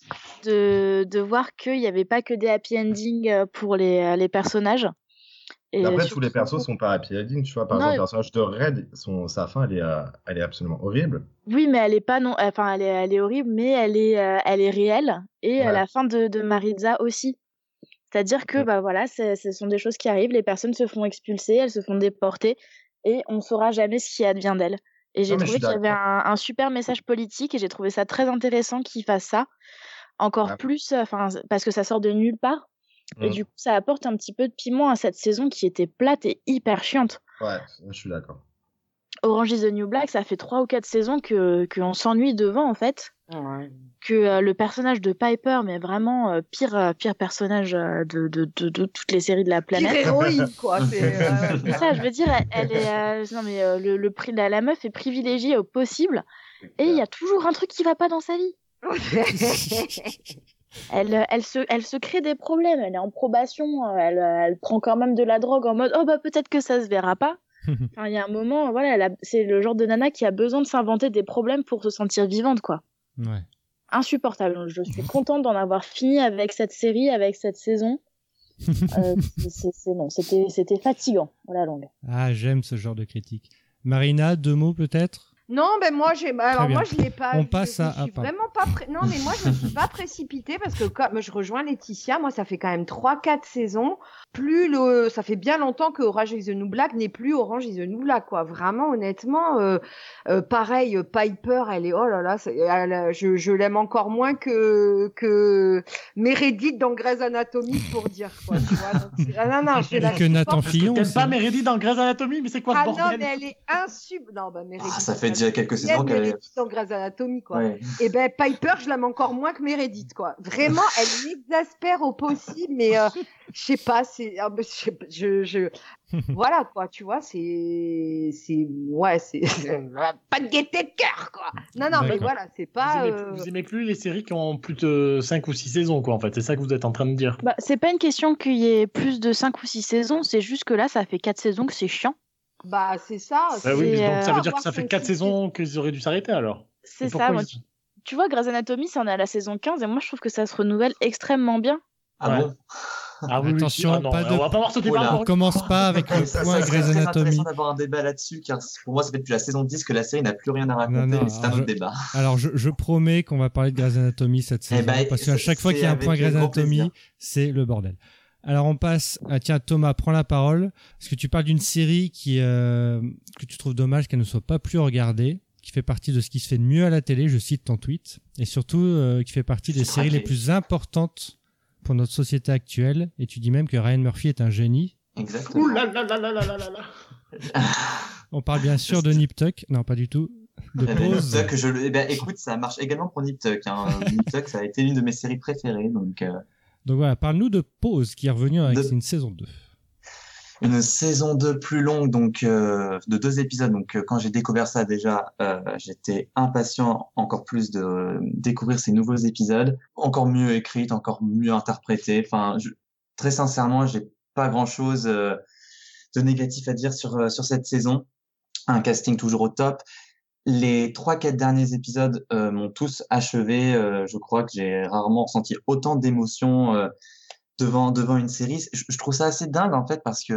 de voir qu'il n'y avait pas que des happy endings pour les personnages. Et Après, surtout- tous les persos sont pas happy ending, tu vois. Par Non, exemple, le personnage de Red, sa fin, elle est absolument horrible. Oui, mais elle est pas non. Enfin, elle est horrible, mais elle est réelle. Et Ouais. la fin de Maritza aussi. C'est-à-dire que, Ouais. bah voilà, ce sont des choses qui arrivent. Les personnes se font expulser, elles se font déporter, et on ne saura jamais ce qui advient d'elles. Et j'ai Non, mais je trouvé suis qu'il y avait d'accord. un super message politique, et j'ai trouvé ça très intéressant qu'ils fassent ça. Encore Ouais. plus, enfin, parce que ça sort de nulle part. Et Mm. du coup, ça apporte un petit peu de piment à cette saison qui était plate et hyper chiante. Ouais, je suis d'accord. Orange is the New Black, ça fait 3 ou 4 saisons qu'on s'ennuie devant, en fait. Ouais. Que le personnage de Piper, mais vraiment pire personnage de toutes les séries de la Pire planète. héroïne, quoi. C'est ça, je veux dire, elle est. Non, mais le prix de la meuf est privilégiée au possible. Et il y a toujours un truc qui va pas dans sa vie. Elle se crée des problèmes. Elle est en probation. Elle prend quand même de la drogue en mode oh bah peut-être que ça se verra pas. Enfin, il y a un moment, voilà, c'est le genre de nana qui a besoin de s'inventer des problèmes pour se sentir vivante, quoi. Ouais. Insupportable. Je suis contente d'en avoir fini avec cette série, avec cette saison. Non, c'était fatigant à la longue. Ah, j'aime ce genre de critique. Marina, 2 mots peut-être? Non, ben moi, alors bien. moi, je l'ai pas. On passe à- Je suis pardon. vraiment pas. Non, mais moi, je me suis pas précipitée parce que comme je rejoins Laetitia, moi, ça fait quand même 3-4 saisons. Ça fait bien longtemps que Orange is the New Black n'est plus Orange is the New Black, quoi. Vraiment, honnêtement, pareil, Piper, elle est, oh là là, je l'aime encore moins que Meredith dans Grey's Anatomy, pour dire, quoi. Tu vois, donc, non, je la Que Nathan supporte. Fillon T'aimes aussi. pas Meredith dans Grey's Anatomy, mais c'est quoi ce Ah non, bordel? mais elle est Non, bah Meredith. Ah, ça fait déjà quelques saisons qu'elle est. Meredith dans Grey's Anatomy, quoi. Ouais. Et ben Piper, je l'aime encore moins que Meredith, quoi. Vraiment, elle m'exaspère au possible, mais je sais pas, voilà, quoi, tu vois, c'est pas de gaieté de cœur, quoi. Non, mais D'accord. voilà, c'est pas. Vous aimez plus les séries qui ont plus de 5 ou 6 saisons, quoi, en fait. C'est ça que vous êtes en train de dire. Bah, c'est pas une question qu'il y ait plus de 5 ou 6 saisons, c'est juste que là, ça fait 4 saisons que c'est chiant. Bah, c'est ça. Bah oui, C'est, donc ça veut dire que avoir ça fait cinq, 4 six saisons qu'ils auraient dû s'arrêter, alors. C'est Et ça. pourquoi Moi, tu vois, Grey's Anatomy, ça en est à la saison 15, et moi, je trouve que ça se renouvelle extrêmement bien. Ah Ouais. bon? Ah oui, Attention, ah non, pas de- on va pas voir ce débat Oula. encore On commence pas avec le Ça point serait Grey's très Anatomy. intéressant d'avoir un débat là-dessus, car pour moi, ça fait depuis la saison 10 que la série n'a plus rien à raconter, Non, mais c'est un alors autre débat. Alors, je promets qu'on va parler de Grey's Anatomy cette saison, ben, parce qu'à chaque fois qu'il y a un c'est point avec Grey's grand Anatomy, plaisir. c'est le bordel. Alors, on passe à, tiens, Thomas, prends la parole, parce que tu parles d'une série que tu trouves dommage qu'elle ne soit pas plus regardée, qui fait partie de ce qui se fait de mieux à la télé, je cite ton tweet, et surtout qui fait partie des J'ai séries craqué. les plus importantes pour notre société actuelle, et tu dis même que Ryan Murphy est un génie. Exactement. Ouh là là là là là là là là. On parle bien sûr de Nip Tuck, non pas du tout, de Eh ben, Pause. Nip Tuck, eh ben, écoute, ça marche également pour Nip Tuck. Hein. Nip Tuck, ça a été l'une de mes séries préférées. Donc, Donc voilà, parle-nous de Pause, qui est revenu avec De- une saison 2. une saison 2 plus longue, donc de 2 épisodes. Donc, quand j'ai découvert ça déjà, j'étais impatient encore plus de découvrir ces nouveaux épisodes, encore mieux écrites, encore mieux interprétées. Enfin, très sincèrement, j'ai pas grand-chose de négatif à dire sur cette saison. Un casting toujours au top. Les 3-4 derniers épisodes m'ont tous achevé. Je crois que j'ai rarement ressenti autant d'émotions devant une série. Je trouve ça assez dingue en fait parce que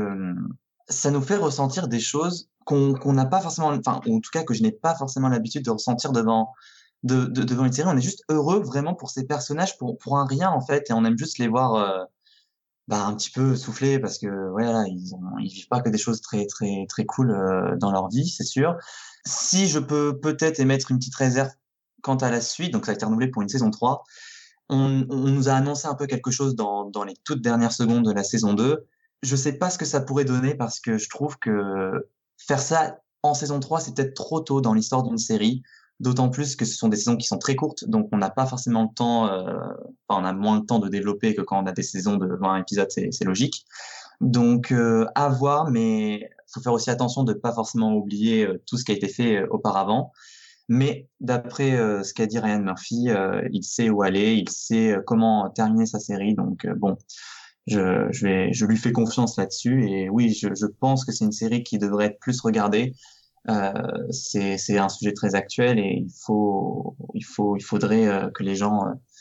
ça nous fait ressentir des choses qu'on n'a pas forcément, enfin, ou en tout cas que je n'ai pas forcément l'habitude de ressentir devant une série. On est juste heureux vraiment pour ces personnages, pour un rien en fait, et on aime juste les voir un petit peu souffler parce que voilà, ils vivent pas que des choses très très très cool dans leur vie, c'est sûr. Si je peux peut-être émettre une petite réserve quant à la suite, donc ça a été renouvelé pour une saison 3. On nous a annoncé un peu quelque chose dans les toutes dernières secondes de la saison 2. Je sais pas ce que ça pourrait donner parce que je trouve que faire ça en saison 3, c'est peut-être trop tôt dans l'histoire d'une série. D'autant plus que ce sont des saisons qui sont très courtes, donc on n'a pas forcément le temps, on a moins de temps de développer que quand on a des saisons de 20 épisodes, c'est logique. Donc à voir, mais faut faire aussi attention de pas forcément oublier tout ce qui a été fait auparavant. Mais d'après ce qu'a dit Ryan Murphy, il sait où aller, il sait comment terminer sa série. Donc bon, je lui fais confiance là-dessus. Et oui, je pense que c'est une série qui devrait être plus regardée. C'est un sujet très actuel et il faudrait que les gens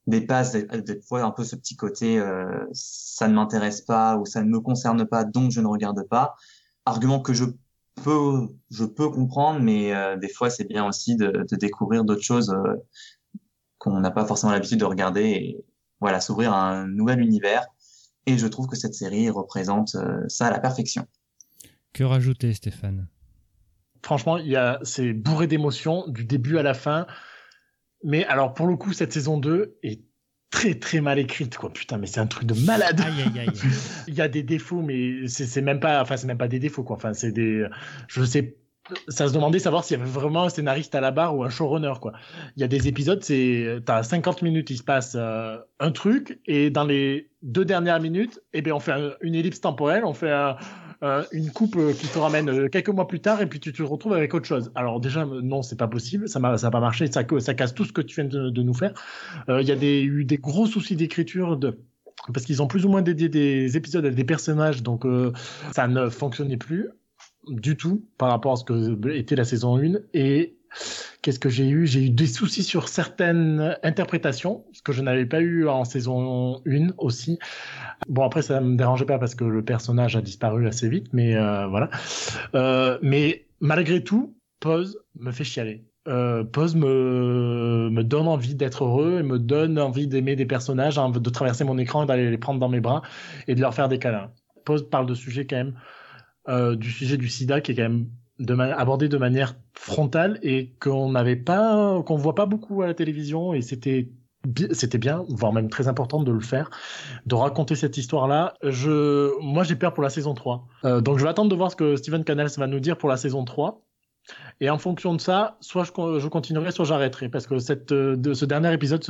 dépasse des fois un peu ce petit côté ça ne m'intéresse pas ou ça ne me concerne pas, donc je ne regarde pas. Argument que je peux comprendre, mais des fois c'est bien aussi de découvrir d'autres choses qu'on n'a pas forcément l'habitude de regarder et voilà, s'ouvrir à un nouvel univers. Et je trouve que cette série représente ça à la perfection. Que rajouter, Stéphane? Franchement, c'est bourré d'émotions du début à la fin. Mais alors, pour le coup, cette saison 2 est très, très mal écrite, quoi. Putain, mais c'est un truc de malade. Aïe, aïe, aïe. Il y a des défauts, mais c'est même pas des défauts, quoi. Enfin, je sais, ça se demandait savoir s'il y avait vraiment un scénariste à la barre ou un showrunner, quoi. Il y a des épisodes, t'as 50 minutes, il se passe un truc, et dans les 2 dernières minutes, on fait une ellipse temporelle, on fait une coupe qui te ramène quelques mois plus tard, et puis tu te retrouves avec autre chose. Alors déjà, non, c'est pas possible, ça n'a pas marché, ça casse tout ce que tu viens de nous faire. Il y a eu des gros soucis d'écriture parce qu'ils ont plus ou moins dédié des épisodes à des personnages, donc ça ne fonctionnait plus du tout par rapport à ce que était la saison 1. Et qu'est-ce que j'ai eu? J'ai eu des soucis sur certaines interprétations, ce que je n'avais pas eu en saison 1 aussi. Bon, après, ça me dérangeait pas parce que le personnage a disparu assez vite, mais voilà. Mais malgré tout, Pause me fait chialer. Pause me donne envie d'être heureux et me donne envie d'aimer des personnages, de traverser mon écran et d'aller les prendre dans mes bras et de leur faire des câlins. Pause parle de sujet quand même, du sujet du sida qui est quand même abordé de manière frontale et qu'on voit pas beaucoup à la télévision, et c'était bien, voire même très important de le faire, de raconter cette histoire-là. Moi, j'ai peur pour la saison 3. Donc, je vais attendre de voir ce que Steven Canals va nous dire pour la saison 3. Et en fonction de ça, soit je continuerai, soit j'arrêterai. Parce que ce dernier épisode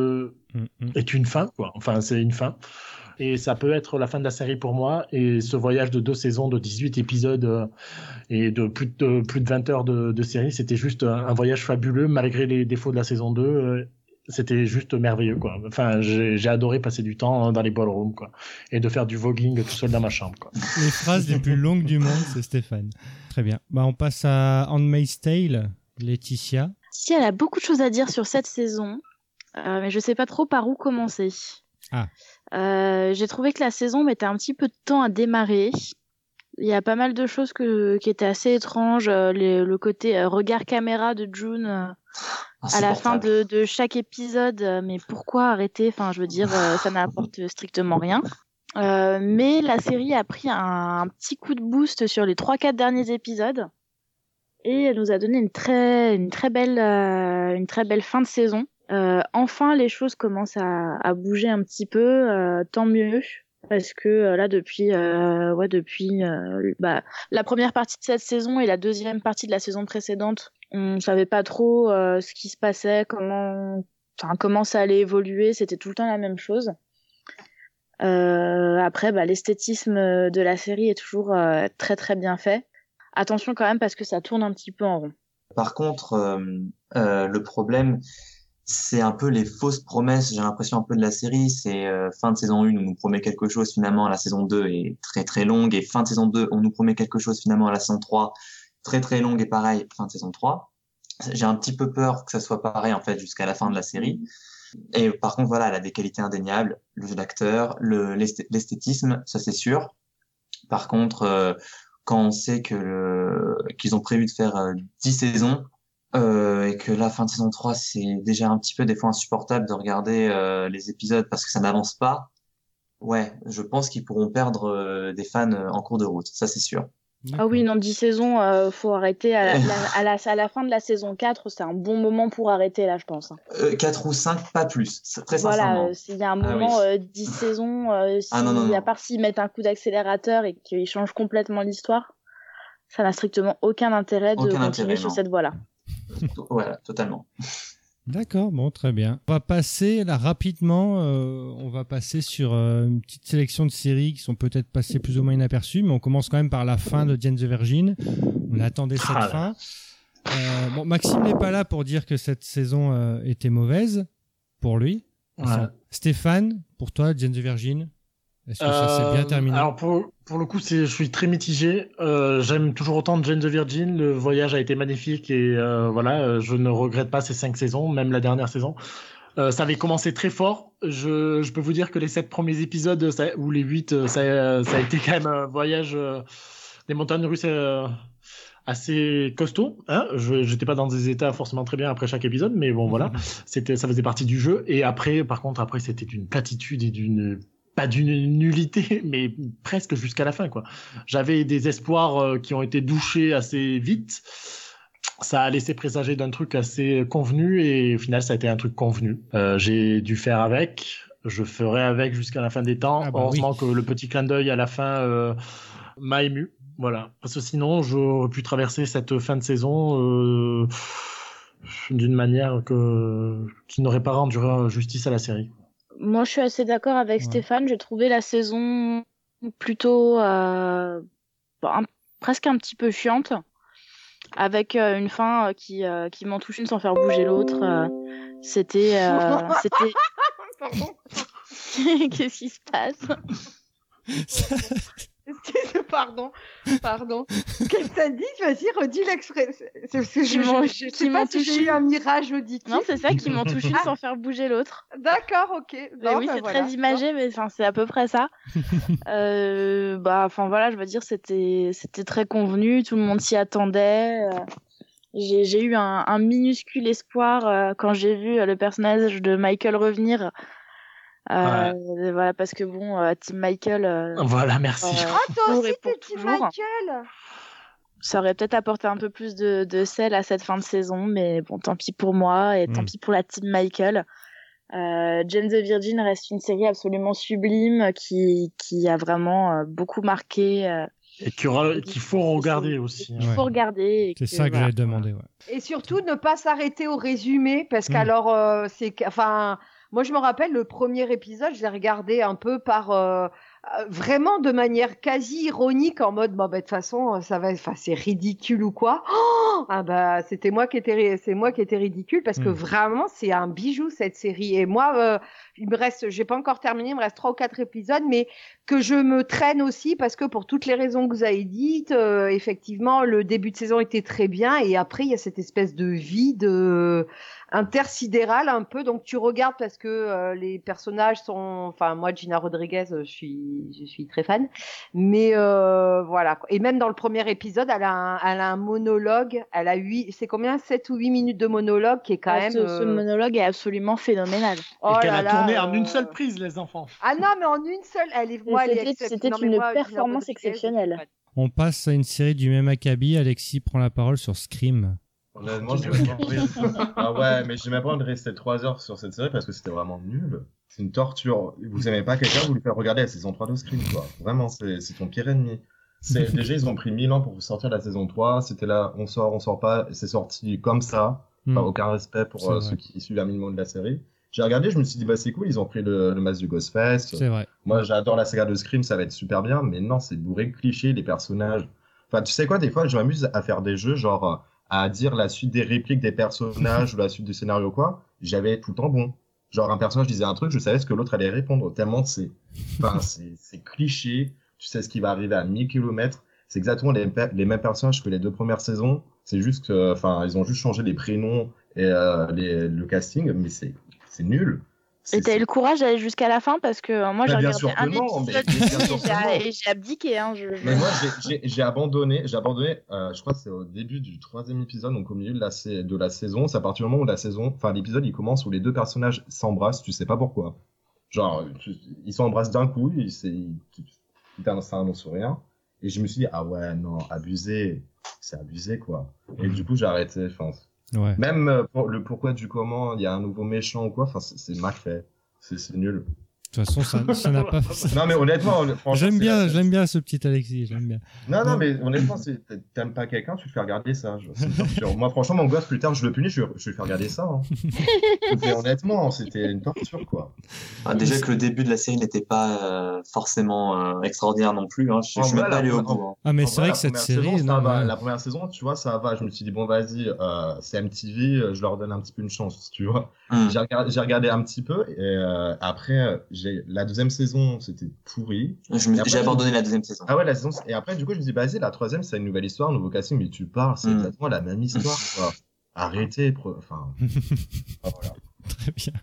est une fin, quoi. Enfin, c'est une fin. Et ça peut être la fin de la série pour moi. Et ce voyage de 2 saisons, de 18 épisodes et de plus de 20 heures de série, c'était juste un voyage fabuleux, malgré les défauts de la saison 2. C'était juste merveilleux, quoi. Enfin, j'ai adoré passer du temps dans les ballrooms, quoi. Et de faire du voguing tout seul dans ma chambre, quoi. Les phrases les plus longues du monde, c'est Stéphane. Très bien. On passe à Handmaid's Tale, Laetitia. Si, elle a beaucoup de choses à dire sur cette saison, mais je sais pas trop par où commencer. J'ai trouvé que la saison mettait un petit peu de temps à démarrer. Il y a pas mal de choses qui étaient assez étranges. Le côté regard caméra de June à la fin de chaque épisode. Mais pourquoi arrêter? Enfin, je veux dire, ça n'apporte strictement rien. Mais la série a pris un petit coup de boost sur les 3-4 derniers épisodes. Et elle nous a donné une très belle fin de saison. Enfin, les choses commencent à bouger un petit peu, tant mieux. Parce que là, depuis la première partie de cette saison et la deuxième partie de la saison précédente, on savait pas trop ce qui se passait, comment ça allait évoluer. C'était tout le temps la même chose. Après, l'esthétisme de la série est toujours très très bien fait. Attention quand même parce que ça tourne un petit peu en rond. Par contre, le problème, c'est un peu les fausses promesses, j'ai l'impression un peu de la série. C'est fin de saison 1, on nous promet quelque chose, finalement la saison 2 est très très longue, et fin de saison 2, on nous promet quelque chose, finalement la saison 3, très très longue, et pareil, fin de saison 3. J'ai un petit peu peur que ça soit pareil en fait jusqu'à la fin de la série. Et par contre, voilà, elle a des qualités indéniables, le jeu d'acteur, l'esthétisme, ça c'est sûr. Par contre, quand on sait qu'ils ont prévu de faire 10 saisons, et que la fin de saison 3, c'est déjà un petit peu des fois insupportable de regarder les épisodes parce que ça n'avance pas. Ouais, je pense qu'ils pourront perdre des fans en cours de route, ça c'est sûr. Ah oui, non, 10 saisons, faut arrêter à la fin de la saison 4, c'est un bon moment pour arrêter là, je pense. 4 ou 5, pas plus, très sincèrement. Voilà, s'il y a un moment, 10 saisons, non. à part s'ils mettent un coup d'accélérateur et qu'ils changent complètement l'histoire, ça n'a strictement aucun intérêt de continuer sur cette voie-là. Voilà, totalement. D'accord, bon, très bien. On va passer là rapidement, sur une petite sélection de séries qui sont peut-être passées plus ou moins inaperçues, mais on commence quand même par la fin de Jane the Virgin. On attendait cette fin. Maxime n'est pas là pour dire que cette saison était mauvaise pour lui. Ouais. Stéphane, pour toi, Jane the Virgin, est-ce que ça s'est bien terminé? Alors pour le coup, je suis très mitigé. J'aime toujours autant Jane the Virgin. Le voyage a été magnifique et je ne regrette pas ces 5 saisons, même la dernière saison. Ça avait commencé très fort. Je peux vous dire que les 7 premiers épisodes, ou les 8, ça a été quand même un voyage des montagnes russes assez costaud. Hein, j'étais pas dans des états forcément très bien après chaque épisode, mais bon, voilà. Ça faisait partie du jeu. Et après, par contre, c'était d'une platitude et pas d'une nullité, mais presque jusqu'à la fin, quoi. J'avais des espoirs qui ont été douchés assez vite. Ça a laissé présager d'un truc assez convenu et au final ça a été un truc convenu. J'ai dû faire avec, je ferai avec jusqu'à la fin des temps. Heureusement que le petit clin d'œil à la fin m'a ému, voilà. Parce que sinon j'aurais pu traverser cette fin de saison d'une manière qui n'aurait pas rendu justice à la série. Moi je suis assez d'accord avec Stéphane, j'ai trouvé la saison plutôt presque un petit peu chiante. Avec une fin qui m'en touche une sans faire bouger l'autre. C'était... Qu'est-ce qui se passe? Pardon. Qu'est-ce que t'as dit? Vas-y, redis l'expression. Je sais pas si j'ai eu un mirage auditif. Non, c'est ça, qui m'en touche une sans faire bouger l'autre. D'accord, ok. Oui, c'est très imagé, mais c'est à peu près ça. Voilà, je veux dire, c'était très convenu, tout le monde s'y attendait. J'ai eu un minuscule espoir quand j'ai vu le personnage de Michael revenir. Voilà, parce que bon, Team Michael. Voilà, merci. Toi aussi, t'es Team Michael. Ça aurait peut-être apporté un peu plus de sel à cette fin de saison, mais bon, tant pis pour moi et tant pis pour la Team Michael. Jane the Virgin reste une série absolument sublime qui a vraiment beaucoup marqué. Et qu'il faut regarder aussi. Il faut regarder. C'est ça que j'avais demandé. Ouais. Et surtout, ne pas s'arrêter au résumé, parce qu'alors, moi, je me rappelle, le premier épisode, je l'ai regardé un peu par... vraiment de manière quasi ironique, en mode, de toute façon, c'est ridicule ou quoi. C'est moi qui étais ridicule, parce que vraiment, c'est un bijou, cette série. Et moi, j'ai pas encore terminé, il me reste 3 ou 4 épisodes, mais que je me traîne aussi, parce que pour toutes les raisons que vous avez dites, effectivement, le début de saison était très bien, et après, il y a cette espèce de vide intersidéral un peu, donc tu regardes parce que les personnages sont, moi Gina Rodriguez, je suis très fan, mais voilà. Et même dans le premier épisode, elle a un monologue, elle a 7 ou 8 minutes de monologue qui est quand même. Ce monologue est absolument phénoménal. Et qu'elle a tourné en une seule prise, les enfants. Ah non, mais en une seule, c'était une performance exceptionnelle. On passe à une série du même acabit. Alexis prend la parole sur Scream. Honnêtement, j'ai même pas envie de rester 3 heures sur cette série parce que c'était vraiment nul. C'est une torture. Vous aimez pas quelqu'un, vous lui faites regarder la saison 3 de Scream, quoi. Vraiment, c'est ton pire ennemi. Déjà, ils ont pris 1000 ans pour sortir la saison 3. C'était là, on sort pas. C'est sorti comme ça. Aucun respect pour ceux qui suivent un minimum de la série. J'ai regardé, je me suis dit, c'est cool, ils ont pris le masque du Ghostface. C'est vrai. Moi, j'adore la saga de Scream, ça va être super bien. Mais non, c'est bourré de clichés, les personnages. Enfin, tu sais quoi, des fois, je m'amuse à faire des jeux, genre, à dire la suite des répliques des personnages ou la suite du scénario quoi, j'avais tout le temps bon. Genre un personnage disait un truc, je savais ce que l'autre allait répondre, tellement c'est cliché, tu sais ce qui va arriver à 1000 km, c'est exactement les mêmes personnages que les 2 premières saisons, c'est juste ils ont juste changé les prénoms et le casting, mais c'est nul. Et t'as eu le courage d'aller jusqu'à la fin parce que moi j'ai regardé un épisode et j'ai abdiqué. Mais moi j'ai abandonné. Je crois que c'est au début du 3e épisode, donc au milieu de la saison. C'est à partir du moment où l'épisode il commence où les 2 personnages s'embrassent. Tu sais pas pourquoi. Genre ils s'embrassent d'un coup. Ça annonce rien. Et je me suis dit abusé. C'est abusé quoi. Et du coup j'ai arrêté. Ouais. Même pour le pourquoi du comment, il y a un nouveau méchant ou quoi, c'est mal fait. C'est nul. De toute façon, ça n'a pas. Non, mais honnêtement, j'aime bien ce petit Alexis, j'aime bien. Non, mais honnêtement, si t'aimes pas quelqu'un, tu te fais regarder ça. Moi, franchement, mon gosse, plus tard, je le punis, je lui fais regarder ça. Mais honnêtement, c'était une torture, quoi. Déjà que le début de la série n'était pas forcément extraordinaire non plus. Je suis même pas allé au bout. Ah, mais c'est vrai que cette série. La première saison, tu vois, ça va. Je me suis dit, bon, vas-y, c'est MTV, je leur donne un petit peu une chance, tu vois. J'ai regardé un petit peu, et après, la 2e saison, c'était pourri. J'ai abandonné la 2e saison. Ah ouais, la saison. Et après, du coup, je me dis, vas-y, la 3e, c'est une nouvelle histoire, un nouveau casting, mais tu parles, c'est exactement la même histoire, quoi. Arrêtez, voilà. Très bien.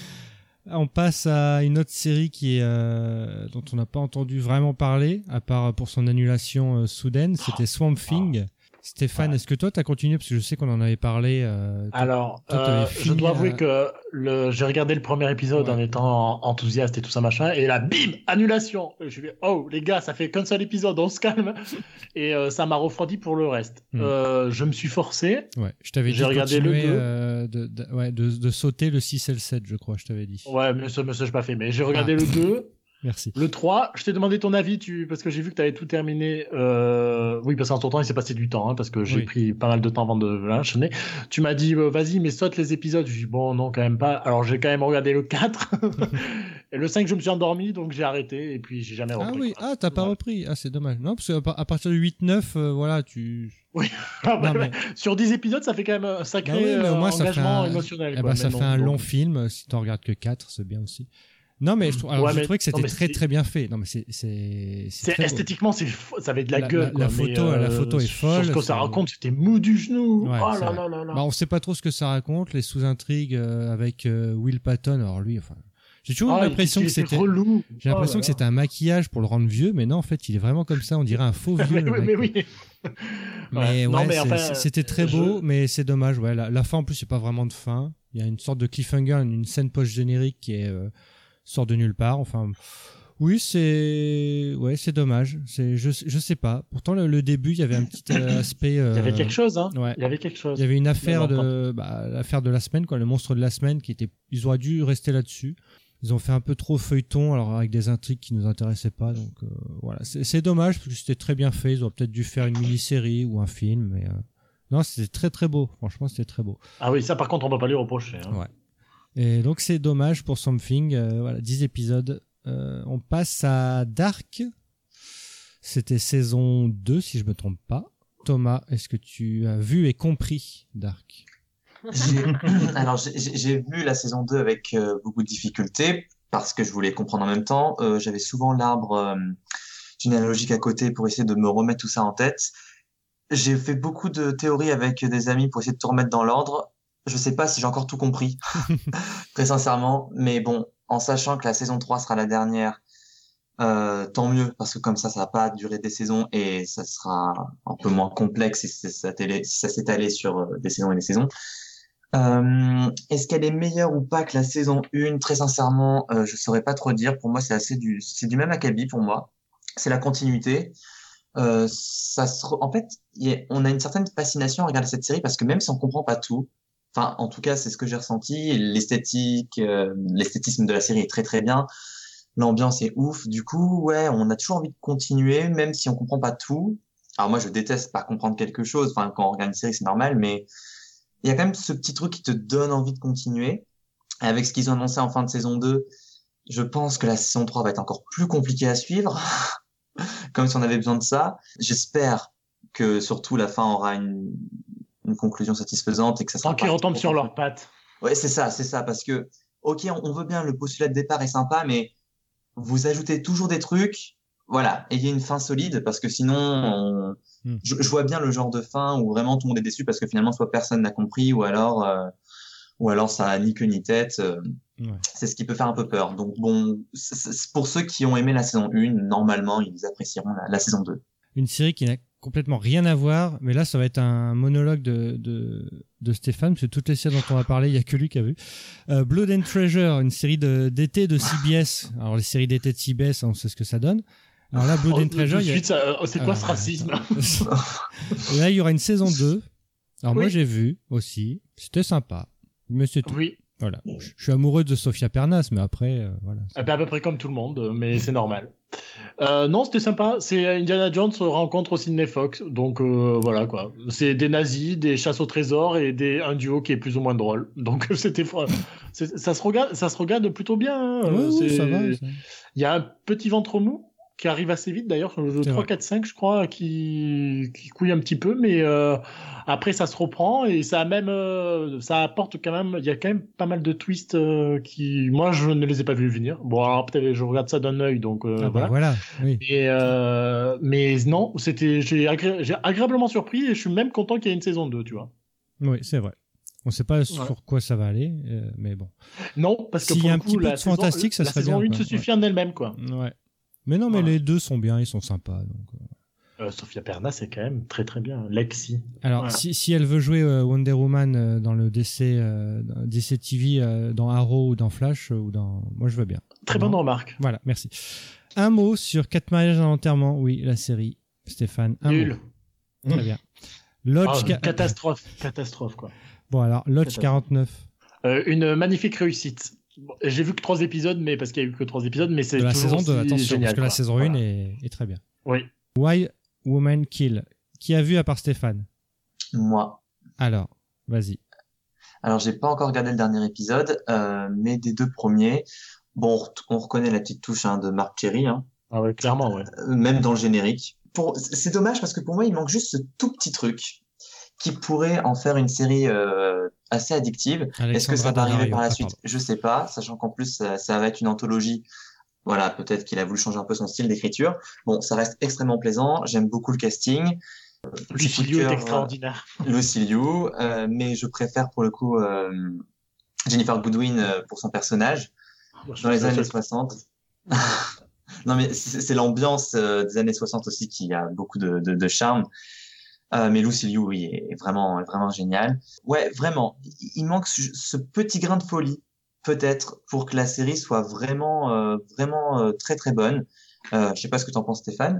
On passe à une autre série qui est dont on n'a pas entendu vraiment parler, à part pour son annulation soudaine. C'était Swamp Thing. Stéphane, est-ce que toi t'as continué, parce que je sais qu'on en avait parlé. Alors, je dois avouer que j'ai regardé le premier épisode en étant enthousiaste et tout ça machin, et là, bim, annulation. Je vais, oh les gars, ça fait qu'un seul épisode, on se calme. Et ça m'a refroidi pour le reste. Je me suis forcé. Ouais, je t'avais dit regardé le 2, de sauter le 6 et le 7, je crois, je t'avais dit. Ouais, mais ça j'ai pas fait, mais j'ai regardé le 2. Merci. Le 3, je t'ai demandé ton avis, parce que j'ai vu que tu avais tout terminé. Oui, parce qu'en ton temps, il s'est passé du temps, parce que j'ai pris pas mal de temps avant de l'enchaîner. Tu m'as dit, vas-y, mais saute les épisodes. Je dis, bon, non, quand même pas. Alors, j'ai quand même regardé le 4. Et le 5, je me suis endormi, donc j'ai arrêté, et puis j'ai jamais repris. Ah oui, t'as pas repris. Ah, c'est dommage. Non, parce qu'à partir du 8-9, voilà, tu... Oui, sur 10 épisodes, ça fait quand même un sacré engagement émotionnel. Ça fait un long film. Si t'en regardes que 4, c'est bien aussi. Non, mais je trouvais que c'était très très bien fait. Non, mais c'est esthétiquement, ça avait de la gueule. La photo est folle. Sur ce que ça raconte, c'était mou du genou. Ouais, oh là là là là. On sait pas trop ce que ça raconte, les sous-intrigues avec Will Patton. Alors lui, j'ai toujours l'impression que c'était relou. J'ai l'impression que c'était un maquillage pour le rendre vieux, mais non, en fait, il est vraiment comme ça. On dirait un faux vieux. mais oui. Mais c'était très beau, mais c'est dommage. Ouais, la fin en plus, c'est pas vraiment de fin. Il y a une sorte de cliffhanger, une scène post-générique qui est sort de nulle part. Enfin, oui, c'est dommage. Je sais pas. Pourtant, le début, il y avait un petit aspect. Il y avait quelque chose, hein. Ouais. Il y avait quelque chose. Il y avait une affaire l'affaire de la semaine, quoi, le monstre de la semaine, ils auraient dû rester là-dessus. Ils ont fait un peu trop feuilleton, alors avec des intrigues qui nous intéressaient pas. Donc voilà, c'est dommage parce que c'était très bien fait. Ils auraient peut-être dû faire une mini-série ou un film, mais non, c'était très très beau. Franchement, c'était très beau. Ah oui, ça par contre, on peut pas lui reprocher. Hein. Ouais. Et donc c'est dommage pour Something. Voilà, 10 épisodes. On passe à Dark. C'était saison 2 si je me trompe pas. Thomas, est-ce que tu as vu et compris Dark? J'ai vu la saison 2 avec beaucoup de difficultés parce que je voulais comprendre en même temps. J'avais souvent l'arbre généalogique à côté pour essayer de me remettre tout ça en tête. J'ai fait beaucoup de théories avec des amis pour essayer de tout remettre dans l'ordre. Je sais pas si j'ai encore tout compris, très sincèrement. Mais bon, en sachant que la saison 3 sera la dernière, tant mieux, parce que comme ça va pas durer des saisons et ça sera un peu moins complexe si ça s'étalait sur des saisons et des saisons. Est-ce qu'elle est meilleure ou pas que la saison 1? Très sincèrement, je saurais pas trop dire. Pour moi, c'est du même acabit pour moi. C'est la continuité. En fait, on a une certaine fascination à regarder cette série parce que même si on comprend pas tout, enfin, en tout cas, c'est ce que j'ai ressenti. L'esthétisme de la série est très très bien. L'ambiance est ouf. Du coup, ouais, on a toujours envie de continuer, même si on comprend pas tout. Alors moi, je déteste pas comprendre quelque chose. Enfin, quand on regarde une série, c'est normal, mais il y a quand même ce petit truc qui te donne envie de continuer. Et avec ce qu'ils ont annoncé en fin de saison 2, je pense que la saison 3 va être encore plus compliquée à suivre. Comme si on avait besoin de ça. J'espère que surtout la fin aura une conclusion satisfaisante et que ça sera tant qu'ils retombent sur leurs pattes. Ouais, c'est ça, parce que, ok, on veut bien, le postulat de départ est sympa, mais vous ajoutez toujours des trucs, voilà, ayez une fin solide, parce que sinon, je vois bien le genre de fin où vraiment tout le monde est déçu parce que finalement, soit personne n'a compris, ou alors ça a ni queue ni tête. C'est ce qui peut faire un peu peur. Donc bon, pour ceux qui ont aimé la saison 1, normalement, ils apprécieront la saison 2. Une série qui n'a complètement rien à voir, mais là, ça va être un monologue de Stéphane, parce que toutes les séries dont on va parler, il n'y a que lui qui a vu. Blood and Treasure, une série d'été de CBS. Alors, les séries d'été de CBS, on sait ce que ça donne. Alors là, Blood and Treasure... c'est quoi ce racisme? Là, il y aura une saison 2. Alors moi, j'ai vu aussi. C'était sympa. Mais c'est tout. Oui. Voilà. Je suis amoureux de Sophia Pernas, mais après, voilà. À peu près comme tout le monde, mais c'est normal. Non, c'était sympa. C'est Indiana Jones rencontre Sidney Fox, donc voilà quoi. C'est des nazis, des chasses au trésor et un duo qui est plus ou moins drôle. Donc ça se regarde plutôt bien. Hein. Oui, ça va. Il y a un petit ventre mou qui arrive assez vite d'ailleurs, le 3, 4, 5 je crois, qui couille un petit peu, mais après ça se reprend et ça apporte quand même, il y a quand même pas mal de twists qui, moi je ne les ai pas vus venir. Bon alors peut-être je regarde ça d'un œil, donc voilà. Oui. Et, mais non, j'ai agréablement surpris et je suis même content qu'il y ait une saison 2, tu vois. Oui, c'est vrai. On sait pas sur quoi ça va aller, mais bon. Non, parce que s'il pour y a le un petit coup, peu de fantastique, ça serait bien. La saison 1 quoi. se suffit en elle-même, quoi. Ouais. Mais non, mais les deux sont bien, ils sont sympas. Donc, Sophia Perna, c'est quand même très très bien. Lexi. Alors, Voilà. si elle veut jouer Wonder Woman dans le DC TV, dans Arrow ou dans Flash, moi je veux bien. Très bonne remarque. Voilà, merci. Un mot sur 4 mariages à l'enterrement, oui, la série. Stéphane, un Nul. mot. Très bien. Lodge, Catastrophe, quoi. Bon, alors, Lodge 49. Une magnifique réussite. Bon, j'ai vu que 3 épisodes, mais parce qu'il y a eu que 3 épisodes, mais c'est De la toujours saison 2, aussi attention, génial, parce que la quoi. saison 1 est très bien. Oui. Why Woman Kill. Qui a vu à part Stéphane? Moi. Alors, vas-y. Alors, j'ai pas encore regardé le dernier épisode, mais des 2 premiers, bon, on reconnaît la petite touche de Mark Cherry, Ah ouais, clairement, ouais. même dans le générique. C'est dommage parce que pour moi, il manque juste ce tout petit truc qui pourrait en faire une série assez addictive. Est-ce que ça va arriver par la suite? Je sais pas, sachant qu'en plus, ça va être une anthologie. Voilà, peut-être qu'il a voulu changer un peu son style d'écriture. Bon, ça reste extrêmement plaisant. J'aime beaucoup le casting. Lucy Liu est extraordinaire. Lucy Liu, mais je préfère pour le coup Jennifer Goodwin pour son personnage dans les années 60. Non, mais c'est l'ambiance des années 60 aussi qui a beaucoup de charme. Mais Lucy Liu, oui, est vraiment génial. Ouais, vraiment, il manque ce petit grain de folie, peut-être, pour que la série soit vraiment très très bonne. Je sais pas ce que t'en penses, Stéphane.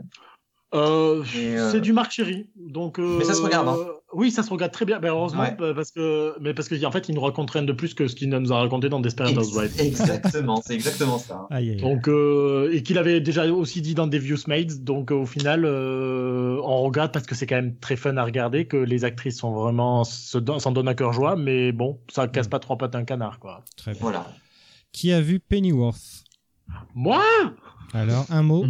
C'est du Mark Cherry, donc. Mais ça se regarde. Oui, ça se regarde très bien. Ben, heureusement, Ouais. parce qu'en fait, il nous raconte rien de plus que ce qu'il nous a raconté dans Desperate Housewives. Exactement, c'est exactement ça. Aïe, aïe. Donc, et qu'il avait déjà aussi dit dans Devious Maids. Donc, au final, on regarde parce que c'est quand même très fun à regarder, que les actrices sont vraiment s'en donnent à cœur joie, mais bon, ça casse pas 3 pattes à un canard, quoi. Très bien. Voilà. Qui a vu Pennyworth? Moi, Alors, un mot.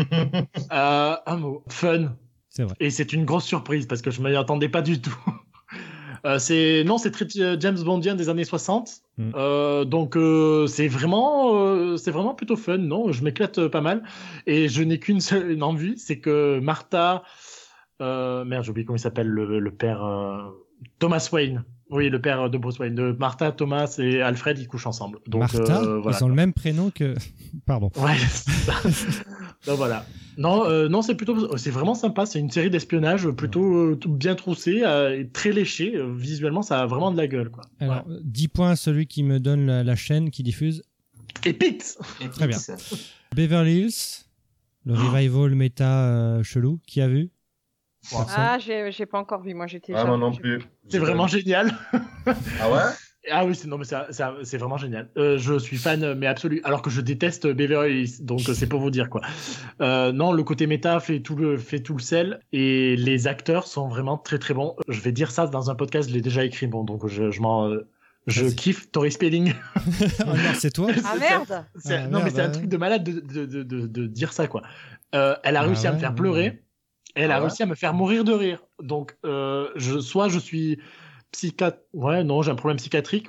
un mot, fun. C'est vrai. Et c'est une grosse surprise parce que je m'y attendais pas du tout. C'est très James Bondien des années 60. Donc c'est vraiment plutôt fun, non? Je m'éclate pas mal et je n'ai qu'une seule envie, c'est que Martha, merde, j'ai oublié comment il s'appelle le père, Thomas Wayne. Oui, le père de Bruce Wayne, de Martha, Thomas et Alfred, ils couchent ensemble. Donc, Martha, voilà. ils ont le même prénom que. Pardon. Ouais, c'est ça. Donc voilà. Non, c'est vraiment sympa. C'est une série d'espionnage plutôt bien troussée, et très léchée. Visuellement, ça a vraiment de la gueule, quoi. Alors, 10 points à celui qui me donne la chaîne qui diffuse. Et Pete. Très bien. Beverly Hills, le revival méta chelou, qui a vu? Ah, j'ai pas encore vu. Moi, j'étais. Ah, moi non plus. C'est vraiment génial. Ah ouais? Ah oui, c'est vraiment génial. Je suis fan, mais absolu. Alors que je déteste Beverly Hills, donc c'est pour vous dire quoi. Non, le côté méta fait tout le sel et les acteurs sont vraiment très très bons. Je vais dire ça dans un podcast, je l'ai déjà écrit. Bon, donc je kiffe Tori Spelling. Oh non, c'est toi? Ah merde! Non, mais c'est un truc de malade de dire ça quoi. Elle a réussi à me faire pleurer. Et elle a réussi à me faire mourir de rire. Donc, je suis ouais, non, j'ai un problème psychiatrique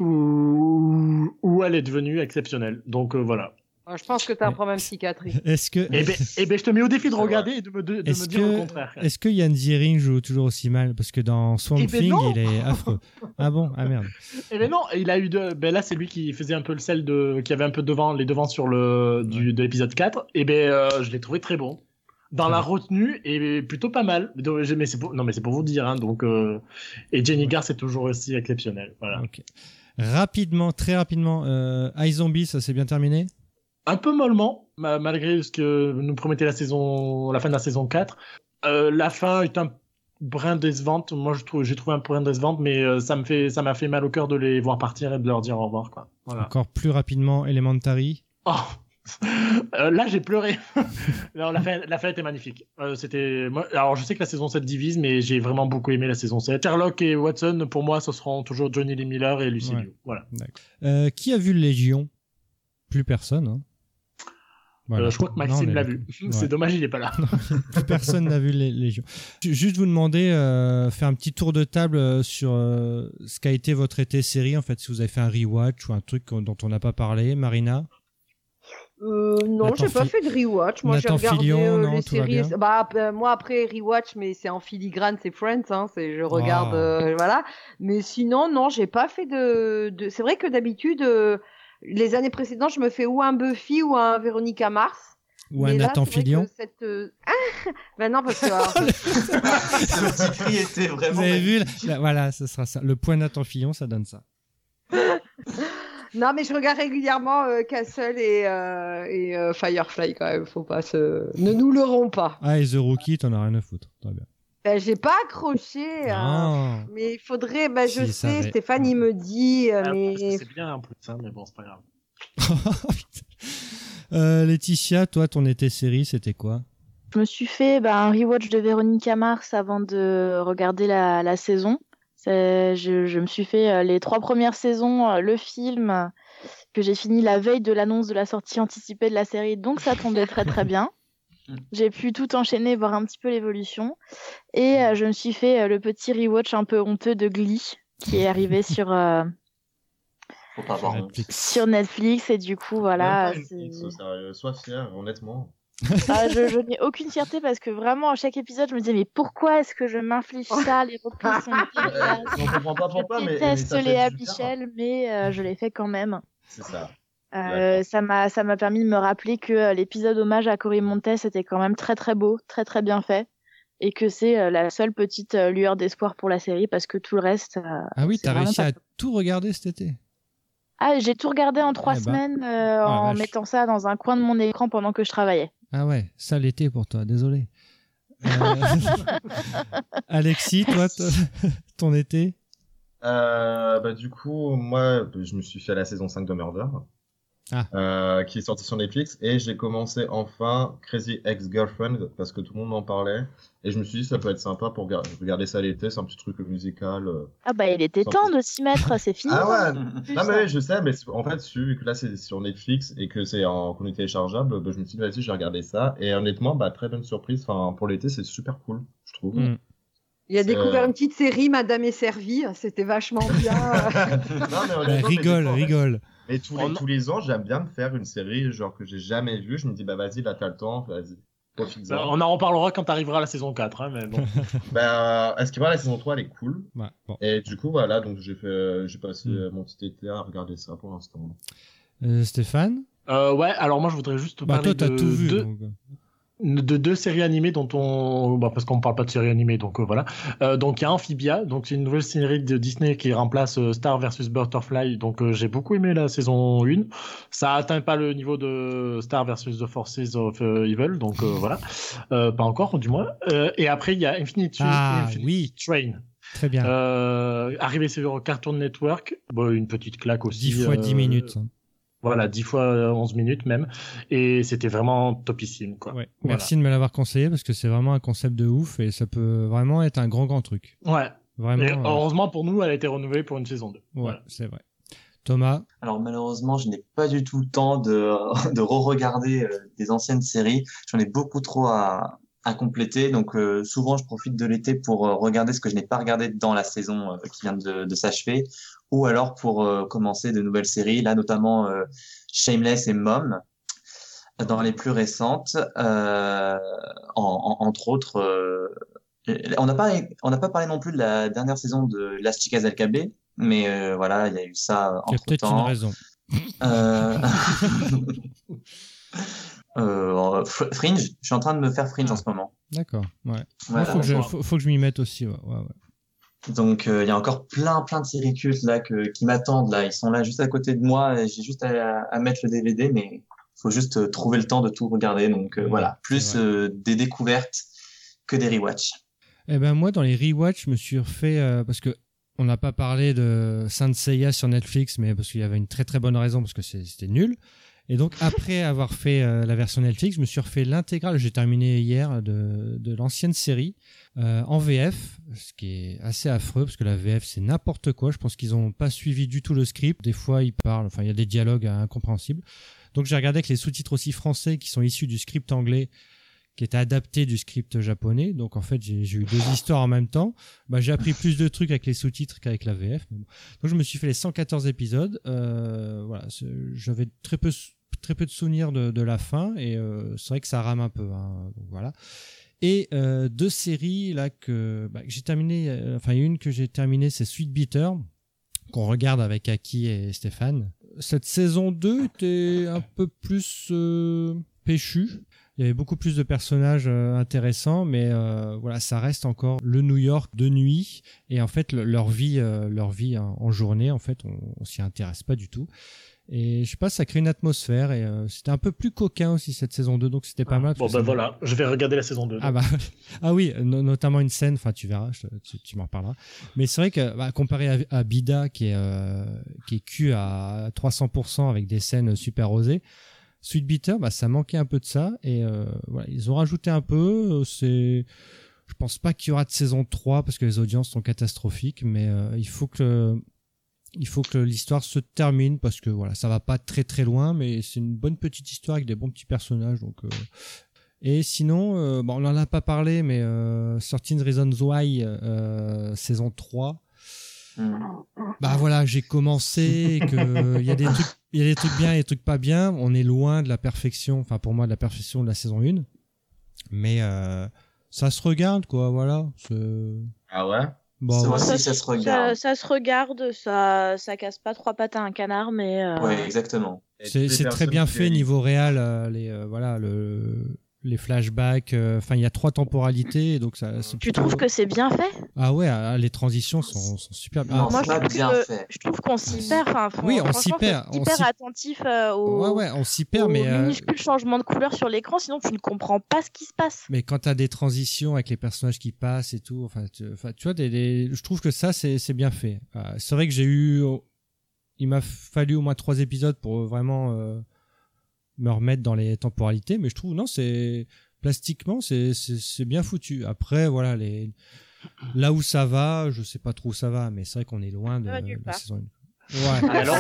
ou elle est devenue exceptionnelle. Donc, voilà. Je pense que t'as un problème psychiatrique. Est-ce que. Eh ben, je te mets au défi de regarder et de me dire le contraire. Est-ce que Yann Ziering joue toujours aussi mal? Parce que dans Swamp Thing, il est affreux. Ah bon? Ah merde. Eh ben non, il a eu là, c'est lui qui faisait un peu le sel qui avait un peu les devants sur de l'épisode 4. Et je l'ai trouvé très bon. Dans la retenue et plutôt pas mal. Mais c'est pour vous dire, hein, donc et Jenny Garth c'est toujours aussi exceptionnel. Voilà. Okay. Très rapidement, iZombie, ça s'est bien terminé? Un peu mollement, malgré ce que nous promettait la fin de la saison 4. La fin est un brin décevante. Moi, j'ai trouvé un brin décevante, mais ça m'a fait mal au cœur de les voir partir et de leur dire au revoir, quoi. Voilà. Encore plus rapidement, Elementary. Oh. Là j'ai pleuré. Non, la fin était magnifique. Alors je sais que la saison 7 divise, mais j'ai vraiment beaucoup aimé la saison 7. Sherlock et Watson, pour moi, ce seront toujours Johnny Lee Miller et Lucy Liu. Voilà. Qui a vu Légion? Plus personne. Hein. Voilà. Je crois que Maxime l'a vu. C'est dommage, il est pas là. Plus personne n'a vu Légion. Juste vous demander, faire un petit tour de table sur ce qu'a été votre été série, en fait, si vous avez fait un rewatch ou un truc dont on n'a pas parlé. Marina? Non, Nathan j'ai pas fait de rewatch. Moi, j'ai Nathan regardé Fillion, non, les tout va séries. bien Moi, après rewatch, mais c'est en filigrane, c'est Friends. Hein, je regarde, voilà. Mais sinon, non, j'ai pas fait de. C'est vrai que d'habitude, les années précédentes, je me fais ou un Buffy ou un Véronica Mars. Ou Mais un là, Nathan c'est vrai Fillion. que ben non, parce que. Alors, Ce petit cri était vraiment. Vous avez vu voilà, ce sera ça. Le point Nathan Fillion, ça donne ça. Non, mais je regarde régulièrement Castle et Firefly quand même. Faut pas se. Ne nous leurrons pas. Ah, et The Rookie, t'en as rien à foutre. Très bien. J'ai pas accroché, Non. mais il faudrait. Si, Je ça sais, va. Stéphane, il me dit, Parce que mais c'est bien en plus, hein, mais bon, c'est pas grave. Laetitia, toi, ton été série, c'était quoi? Je me suis fait un rewatch de Véronica Mars avant de regarder la saison. Je me suis fait les 3 premières saisons, le film que j'ai fini la veille de l'annonce de la sortie anticipée de la série, donc ça tombait très très bien. J'ai pu tout enchaîner, voir un petit peu l'évolution. Et je me suis fait le petit rewatch un peu honteux de Glee, qui est arrivé sur Faut pas avoir honte. Netflix. sur Netflix. Et du coup, voilà. Même pas une pizza, sérieux. Sois fier, honnêtement. Je n'ai aucune fierté parce que vraiment, à chaque épisode, je me disais, mais pourquoi est-ce que je m'inflige ça? Les reprises sont dégueulasses. On comprend pas pourquoi, Je mais déteste ça fait Léa super. Michel, mais je l'ai fait quand même. C'est ça. Ça m'a permis de me rappeler que l'épisode hommage à Cory Montes était quand même très très beau, très très bien fait, et que c'est la seule petite lueur d'espoir pour la série parce que tout le reste. Ah oui, c'est t'as vraiment réussi pas à top. tout regarder cet été. Ah, j'ai tout regardé en 3 Eh ben. semaines la en vache. mettant ça dans un coin de mon écran pendant que je travaillais. Ah ouais, ça l'été pour toi, désolé. Alexis, toi, ton été? Du coup, moi, je me suis fait la saison 5 de Murder, qui est sortie sur Netflix, et j'ai commencé enfin Crazy Ex-Girlfriend, parce que tout le monde m'en parlait, et je me suis dit, ça peut être sympa pour regarder ça l'été, c'est un petit truc musical. Ah bah il était temps de s'y mettre, c'est fini. Ah ouais, Plus non ça. mais oui, je sais, mais en fait, vu que là c'est sur Netflix et que c'est qu'on est téléchargeable, je me suis dit, vas-y, je vais regarder ça, et honnêtement, très bonne surprise, enfin, pour l'été, c'est super cool, je trouve. Mm. il a C'est- découvert une petite série, Madame est servie. C'était vachement bien. Non, mais honnêtement, mais Rigole, des fois, en fait, rigole. Mais tous les ans, j'aime bien me faire une série genre que j'ai jamais vue. Je me dis, vas-y, là, t'as le temps, vas-y, profite-en. On en reparlera quand t'arriveras à la saison 4, hein, mais bon. Est-ce qu'il va la saison 3, elle est cool. Ouais, bon. Et du coup, voilà, donc j'ai passé mon petit été à regarder ça pour l'instant. Stéphane? Ouais, alors moi je voudrais juste Bah parler toi, t'as tout vu. de donc. deux séries animées dont parce qu'on parle pas de séries animées, donc voilà. Donc il y a Amphibia, donc c'est une nouvelle série de Disney qui remplace Star vs Butterfly. Donc j'ai beaucoup aimé la saison 1. Ça atteint pas le niveau de Star vs The Forces of Evil, donc voilà. Pas encore, du moins. Et après il y a Infinity Oui. Train. Très bien. Arrivé sur Cartoon Network, une petite claque aussi. 10 fois 10 minutes. Voilà, 10 fois 11 minutes même. Et c'était vraiment topissime, quoi. Ouais. Voilà. Merci de me l'avoir conseillé parce que c'est vraiment un concept de ouf et ça peut vraiment être un grand truc. Ouais. Vraiment. Et heureusement pour nous, elle a été renouvelée pour une saison 2. Ouais, Voilà. c'est vrai. Thomas? Alors malheureusement, je n'ai pas du tout le temps de re-regarder des anciennes séries. J'en ai beaucoup trop à compléter. Donc souvent, je profite de l'été pour regarder ce que je n'ai pas regardé dans la saison qui vient de s'achever, ou alors pour commencer de nouvelles séries. Là, notamment Shameless et Mom, dans les plus récentes, entre autres. On n'a pas parlé non plus de la dernière saison de Las Chicas del Cable, mais voilà, il y a eu ça Il y a peut-être une entre-temps. raison. Fringe, je suis en train de me faire Fringe en ce moment. D'accord, ouais. Voilà. Faut que je m'y mette aussi, ouais. Donc il y a encore plein de séries cultes là qui m'attendent là. Ils sont là juste à côté de moi. Et j'ai juste à mettre le DVD, mais faut juste trouver le temps de tout regarder. Donc voilà, plus des découvertes que des rewatch. Eh ben moi, dans les rewatch, je me suis refait parce que on n'a pas parlé de Saint Seiya sur Netflix, mais parce qu'il y avait une très bonne raison parce que c'était nul. Et donc après avoir fait la version Netflix, je me suis refait l'intégrale. J'ai terminé hier de l'ancienne série en VF, ce qui est assez affreux parce que la VF c'est n'importe quoi. Je pense qu'ils n'ont pas suivi du tout le script. Des fois ils parlent, enfin il y a des dialogues incompréhensibles. Donc j'ai regardé avec les sous-titres aussi français qui sont issus du script anglais, qui était adapté du script japonais. Donc en fait j'ai eu 2 histoires en même temps. J'ai appris plus de trucs avec les sous-titres qu'avec la VF. Mais bon. Donc je me suis fait les 114 épisodes. Voilà, j'avais très très peu de souvenirs de la fin et c'est vrai que ça rame un peu. Hein, donc voilà. Et deux séries là que j'ai terminé. Enfin, une que j'ai terminée, c'est Sweet Bitter, qu'on regarde avec Aki et Stéphane. Cette saison 2 était un peu plus péchue. Il y avait beaucoup plus de personnages intéressants, mais voilà, ça reste encore le New York de nuit. Et en fait, leur vie en journée, en fait, on s'y intéresse pas du tout. Et je sais pas, ça crée une atmosphère et c'était un peu plus coquin aussi cette saison 2, donc c'était pas mal. Bon voilà, je vais regarder la saison 2. Ah oui, notamment une scène, enfin tu verras, tu m'en reparleras. Mais c'est vrai que comparé à Bida qui est cul à 300% avec des scènes super osées, Sweet Bitter, ça manquait un peu de ça et voilà, ils ont rajouté un peu. Je pense pas qu'il y aura de saison 3 parce que les audiences sont catastrophiques, mais il faut que l'histoire se termine parce que voilà, ça va pas très très loin, mais c'est une bonne petite histoire avec des bons petits personnages. Donc et sinon, on en a pas parlé, mais 13 Reasons Why saison 3. Voilà, j'ai commencé et que il y a des trucs bien et des trucs pas bien. On est loin de la perfection, enfin pour moi de la perfection de la saison 1. Mais ça se regarde quoi, voilà. Ah ouais. Bon, ça se regarde. Ça se regarde, ça casse pas trois pattes à un canard, mais. Ouais, exactement. C'est très bien fait niveau réel, les flashbacks. Enfin, il y a 3 temporalités, donc ça. Tu trouves que c'est bien fait? Ah ouais, les transitions sont super bien. Non, moi, je trouve qu'on s'y perd. Oui, on s'y perd. Hyper attentif on s'y perd, mais minuscules changements de couleur sur l'écran, sinon tu ne comprends pas ce qui se passe. Mais quand t'as des transitions avec les personnages qui passent et tout, tu vois, je trouve que ça c'est bien fait. C'est vrai que il m'a fallu au moins 3 épisodes pour vraiment me remettre dans les temporalités, mais je trouve plastiquement c'est bien foutu. Après voilà, là où ça va, je sais pas trop où ça va, mais c'est vrai qu'on est loin de la saison 1. Ouais. Alors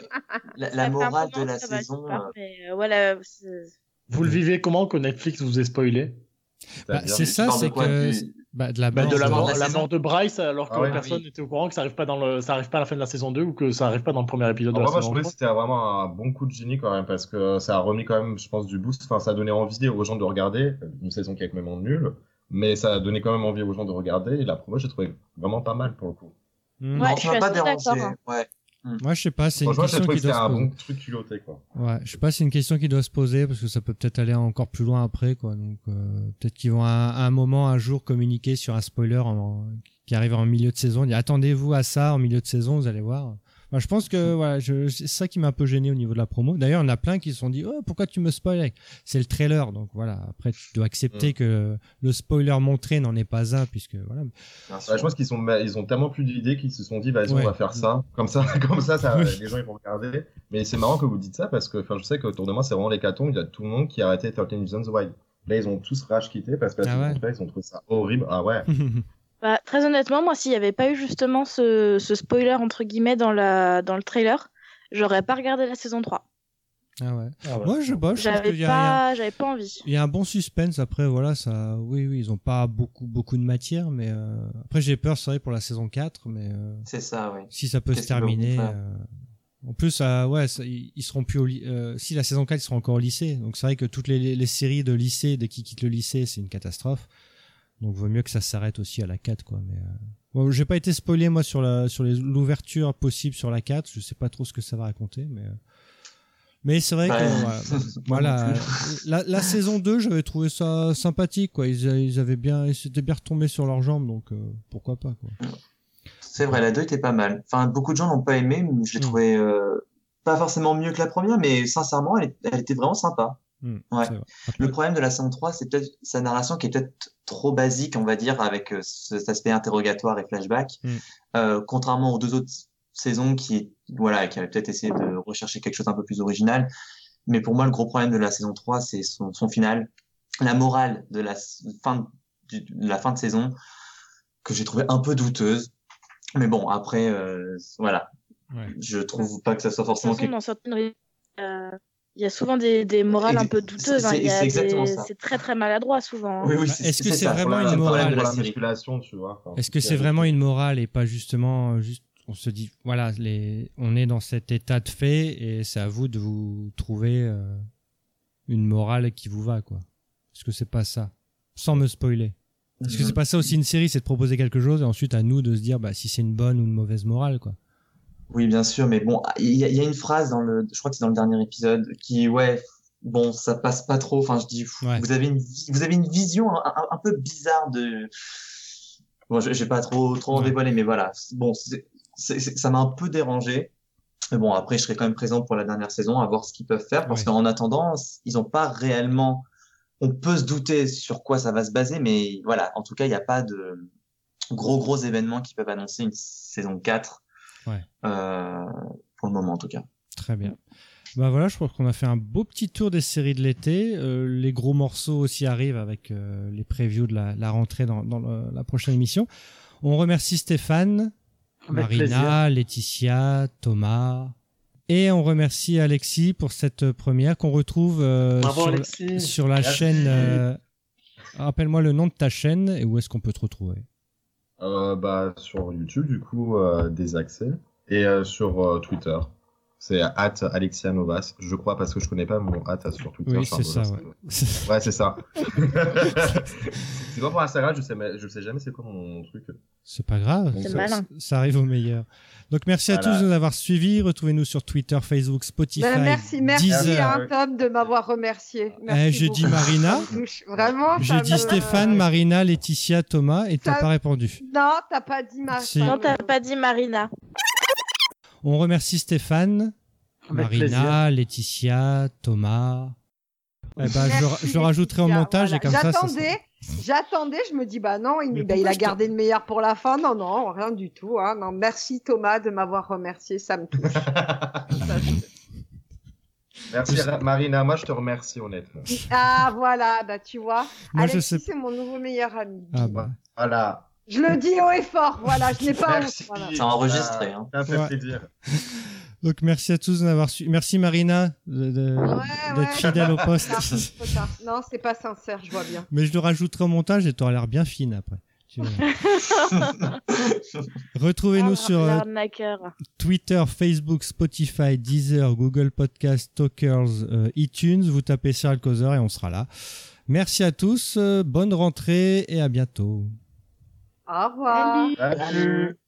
la morale de la saison. Voilà. Vous le vivez comment que Netflix vous ait spoilé? C'est ça, c'est que de la mort de Bryce, alors que personne n'était au courant que ça arrive pas à la fin de la saison 2 ou que ça arrive pas dans le premier épisode de la saison 3. Moi, je trouvais que c'était vraiment un bon coup de génie quand même, parce que ça a remis quand même, je pense, du boost. Enfin, ça a donné envie aux gens de regarder une saison qui est quand même nulle, mais ça a donné quand même envie aux gens de regarder. Et la promo, j'ai trouvé vraiment pas mal pour le coup. Ouais, je suis pas assez d'accord. Ouais. Moi, je sais pas, c'est une question qui doit se poser. un bon truc culotté, quoi. Ouais, je sais pas, c'est une question qui doit se poser parce que ça peut peut-être aller encore plus loin après, quoi. Donc, peut-être qu'ils vont à un moment, un jour, communiquer sur un spoiler qui arrive en milieu de saison. Dire, attendez-vous à ça en milieu de saison, vous allez voir. Enfin, je pense que voilà, c'est ça qui m'a un peu gêné au niveau de la promo. D'ailleurs, il y en a plein qui se sont dit pourquoi tu me spoil? C'est le trailer, donc voilà. Après, tu dois accepter que le spoiler montré n'en est pas un, puisque voilà. Je pense qu'ils ont tellement plus d'idées qu'ils se sont dit vas-y, on va faire ça, comme ça, les gens ils vont regarder. Mais c'est marrant que vous dites ça parce que je sais qu'autour de moi c'est vraiment l'hécatombe. Il y a tout le monde qui a arrêté 13 Reasons Why. Là, ils ont tous rage quitté parce que ils ont trouvé ça horrible. Ah ouais. Très honnêtement, moi, s'il n'y avait pas eu justement ce spoiler entre guillemets dans le trailer, j'aurais pas regardé la saison 3. Ah ouais. Moi, je pense j'avais pas envie. Il y a un bon suspense. Après, voilà, ça, oui, ils ont pas beaucoup de matière, mais après, j'ai peur, c'est vrai, pour la saison 4, mais c'est ça, oui. Si ça peut se terminer. En plus, ils seront plus si la saison 4, ils seront encore au lycée. Donc, c'est vrai que toutes les séries de lycée, dès qu'ils quittent le lycée, c'est une catastrophe. Donc vaut mieux que ça s'arrête aussi à la 4, quoi. Mais bon, j'ai pas été spoilé moi sur l'ouverture possible sur la 4. Je sais pas trop ce que ça va raconter, mais c'est vrai que voilà, la saison 2, j'avais trouvé ça sympathique, quoi. Ils s'étaient bien retombés sur leurs jambes, donc pourquoi pas, quoi. C'est vrai, la 2 était pas mal. Enfin, beaucoup de gens l'ont pas aimé, mais je l'ai trouvé pas forcément mieux que la première, mais sincèrement, elle était vraiment sympa. Ouais. Le problème de la saison 3, c'est peut-être sa narration qui est peut-être trop basique, on va dire, avec cet aspect interrogatoire et flashback, contrairement aux 2 autres saisons qui avaient peut-être essayé de rechercher quelque chose un peu plus original. Mais pour moi, le gros problème de la saison 3, c'est son final, la morale de la fin de saison, que j'ai trouvé un peu douteuse. Mais bon, après, voilà. Ouais. Je trouve pas que ça soit forcément il y a souvent des morales un peu douteuses. C'est très très maladroit souvent. Oui, est-ce que c'est vraiment une morale pour la manipulation, tu vois. Est-ce que c'est vraiment une morale et pas justement on se dit, voilà, on est dans cet état de fait et c'est à vous de vous trouver une morale qui vous va, quoi. Est-ce que c'est pas ça? Sans me spoiler. Est-ce que c'est pas ça aussi une série, c'est de proposer quelque chose et ensuite à nous de se dire si c'est une bonne ou une mauvaise morale, quoi. Oui, bien sûr, mais bon, il y a une phrase je crois que c'est dans le dernier épisode, qui, bon, ça passe pas trop. Enfin, je dis, vous avez une vision un peu bizarre de. Bon, je vais pas trop en dévoiler, mais voilà. Bon, ça m'a un peu dérangé. Mais bon, après, je serai quand même présent pour la dernière saison, à voir ce qu'ils peuvent faire, parce qu'en attendant, ils ont pas réellement. On peut se douter sur quoi ça va se baser, mais voilà. En tout cas, il n'y a pas de gros événements qui peuvent annoncer une saison 4. Pour le moment en tout cas. Très bien. Bah voilà, je pense qu'on a fait un beau petit tour des séries de l'été. Les gros morceaux aussi arrivent avec les previews de la rentrée dans la prochaine émission. On remercie Stéphane, Marina, Laetitia, Thomas, et on remercie Alexis pour cette première qu'on retrouve sur la chaîne. Rappelle-moi le nom de ta chaîne et où est-ce qu'on peut te retrouver? Sur YouTube, du coup, des accès. Et sur Twitter. C'est @alexianovas, je crois, parce que je connais pas mon sur Twitter. Oui, c'est ça, ouais, c'est ça. C'est quoi pour Instagram, je sais jamais c'est quoi mon truc. C'est pas grave, ça arrive au meilleur. Donc merci à tous de nous avoir suivis. Retrouvez-nous sur Twitter, Facebook, Spotify. Merci Tom de m'avoir remercié. J'ai dit Marina. Vraiment. J'ai dit Stéphane, Marina, Laetitia, Thomas et t'as pas répondu. Non, t'as pas dit Marina. Non, t'as pas dit Marina. On remercie Stéphane, Marina, Laetitia, Thomas. Je rajouterai au montage et comme ça. J'attendais, je me dis non, il a gardé le meilleur pour la fin. Non, rien du tout. Hein. Non, merci Thomas de m'avoir remercié, ça me touche. Merci Marina, moi je te remercie honnêtement. Ah voilà, tu vois. Moi, Alexis, c'est mon nouveau meilleur ami. Ah bah. Voilà. Je le dis haut et fort, voilà, je n'ai pas honte. Voilà. C'est enregistré. Ça fait plaisir. Donc merci à tous d'avoir su. Merci Marina d'être fidèle au poste. Non, c'est pas sincère, je vois bien. Mais je le rajouterai au montage et tu auras l'air bien fine après. Retrouvez-nous sur Twitter, Facebook, Spotify, Deezer, Google Podcast, Talkers, iTunes. Vous tapez Serial Causeur et on sera là. Merci à tous, bonne rentrée et à bientôt. Au revoir. Salut.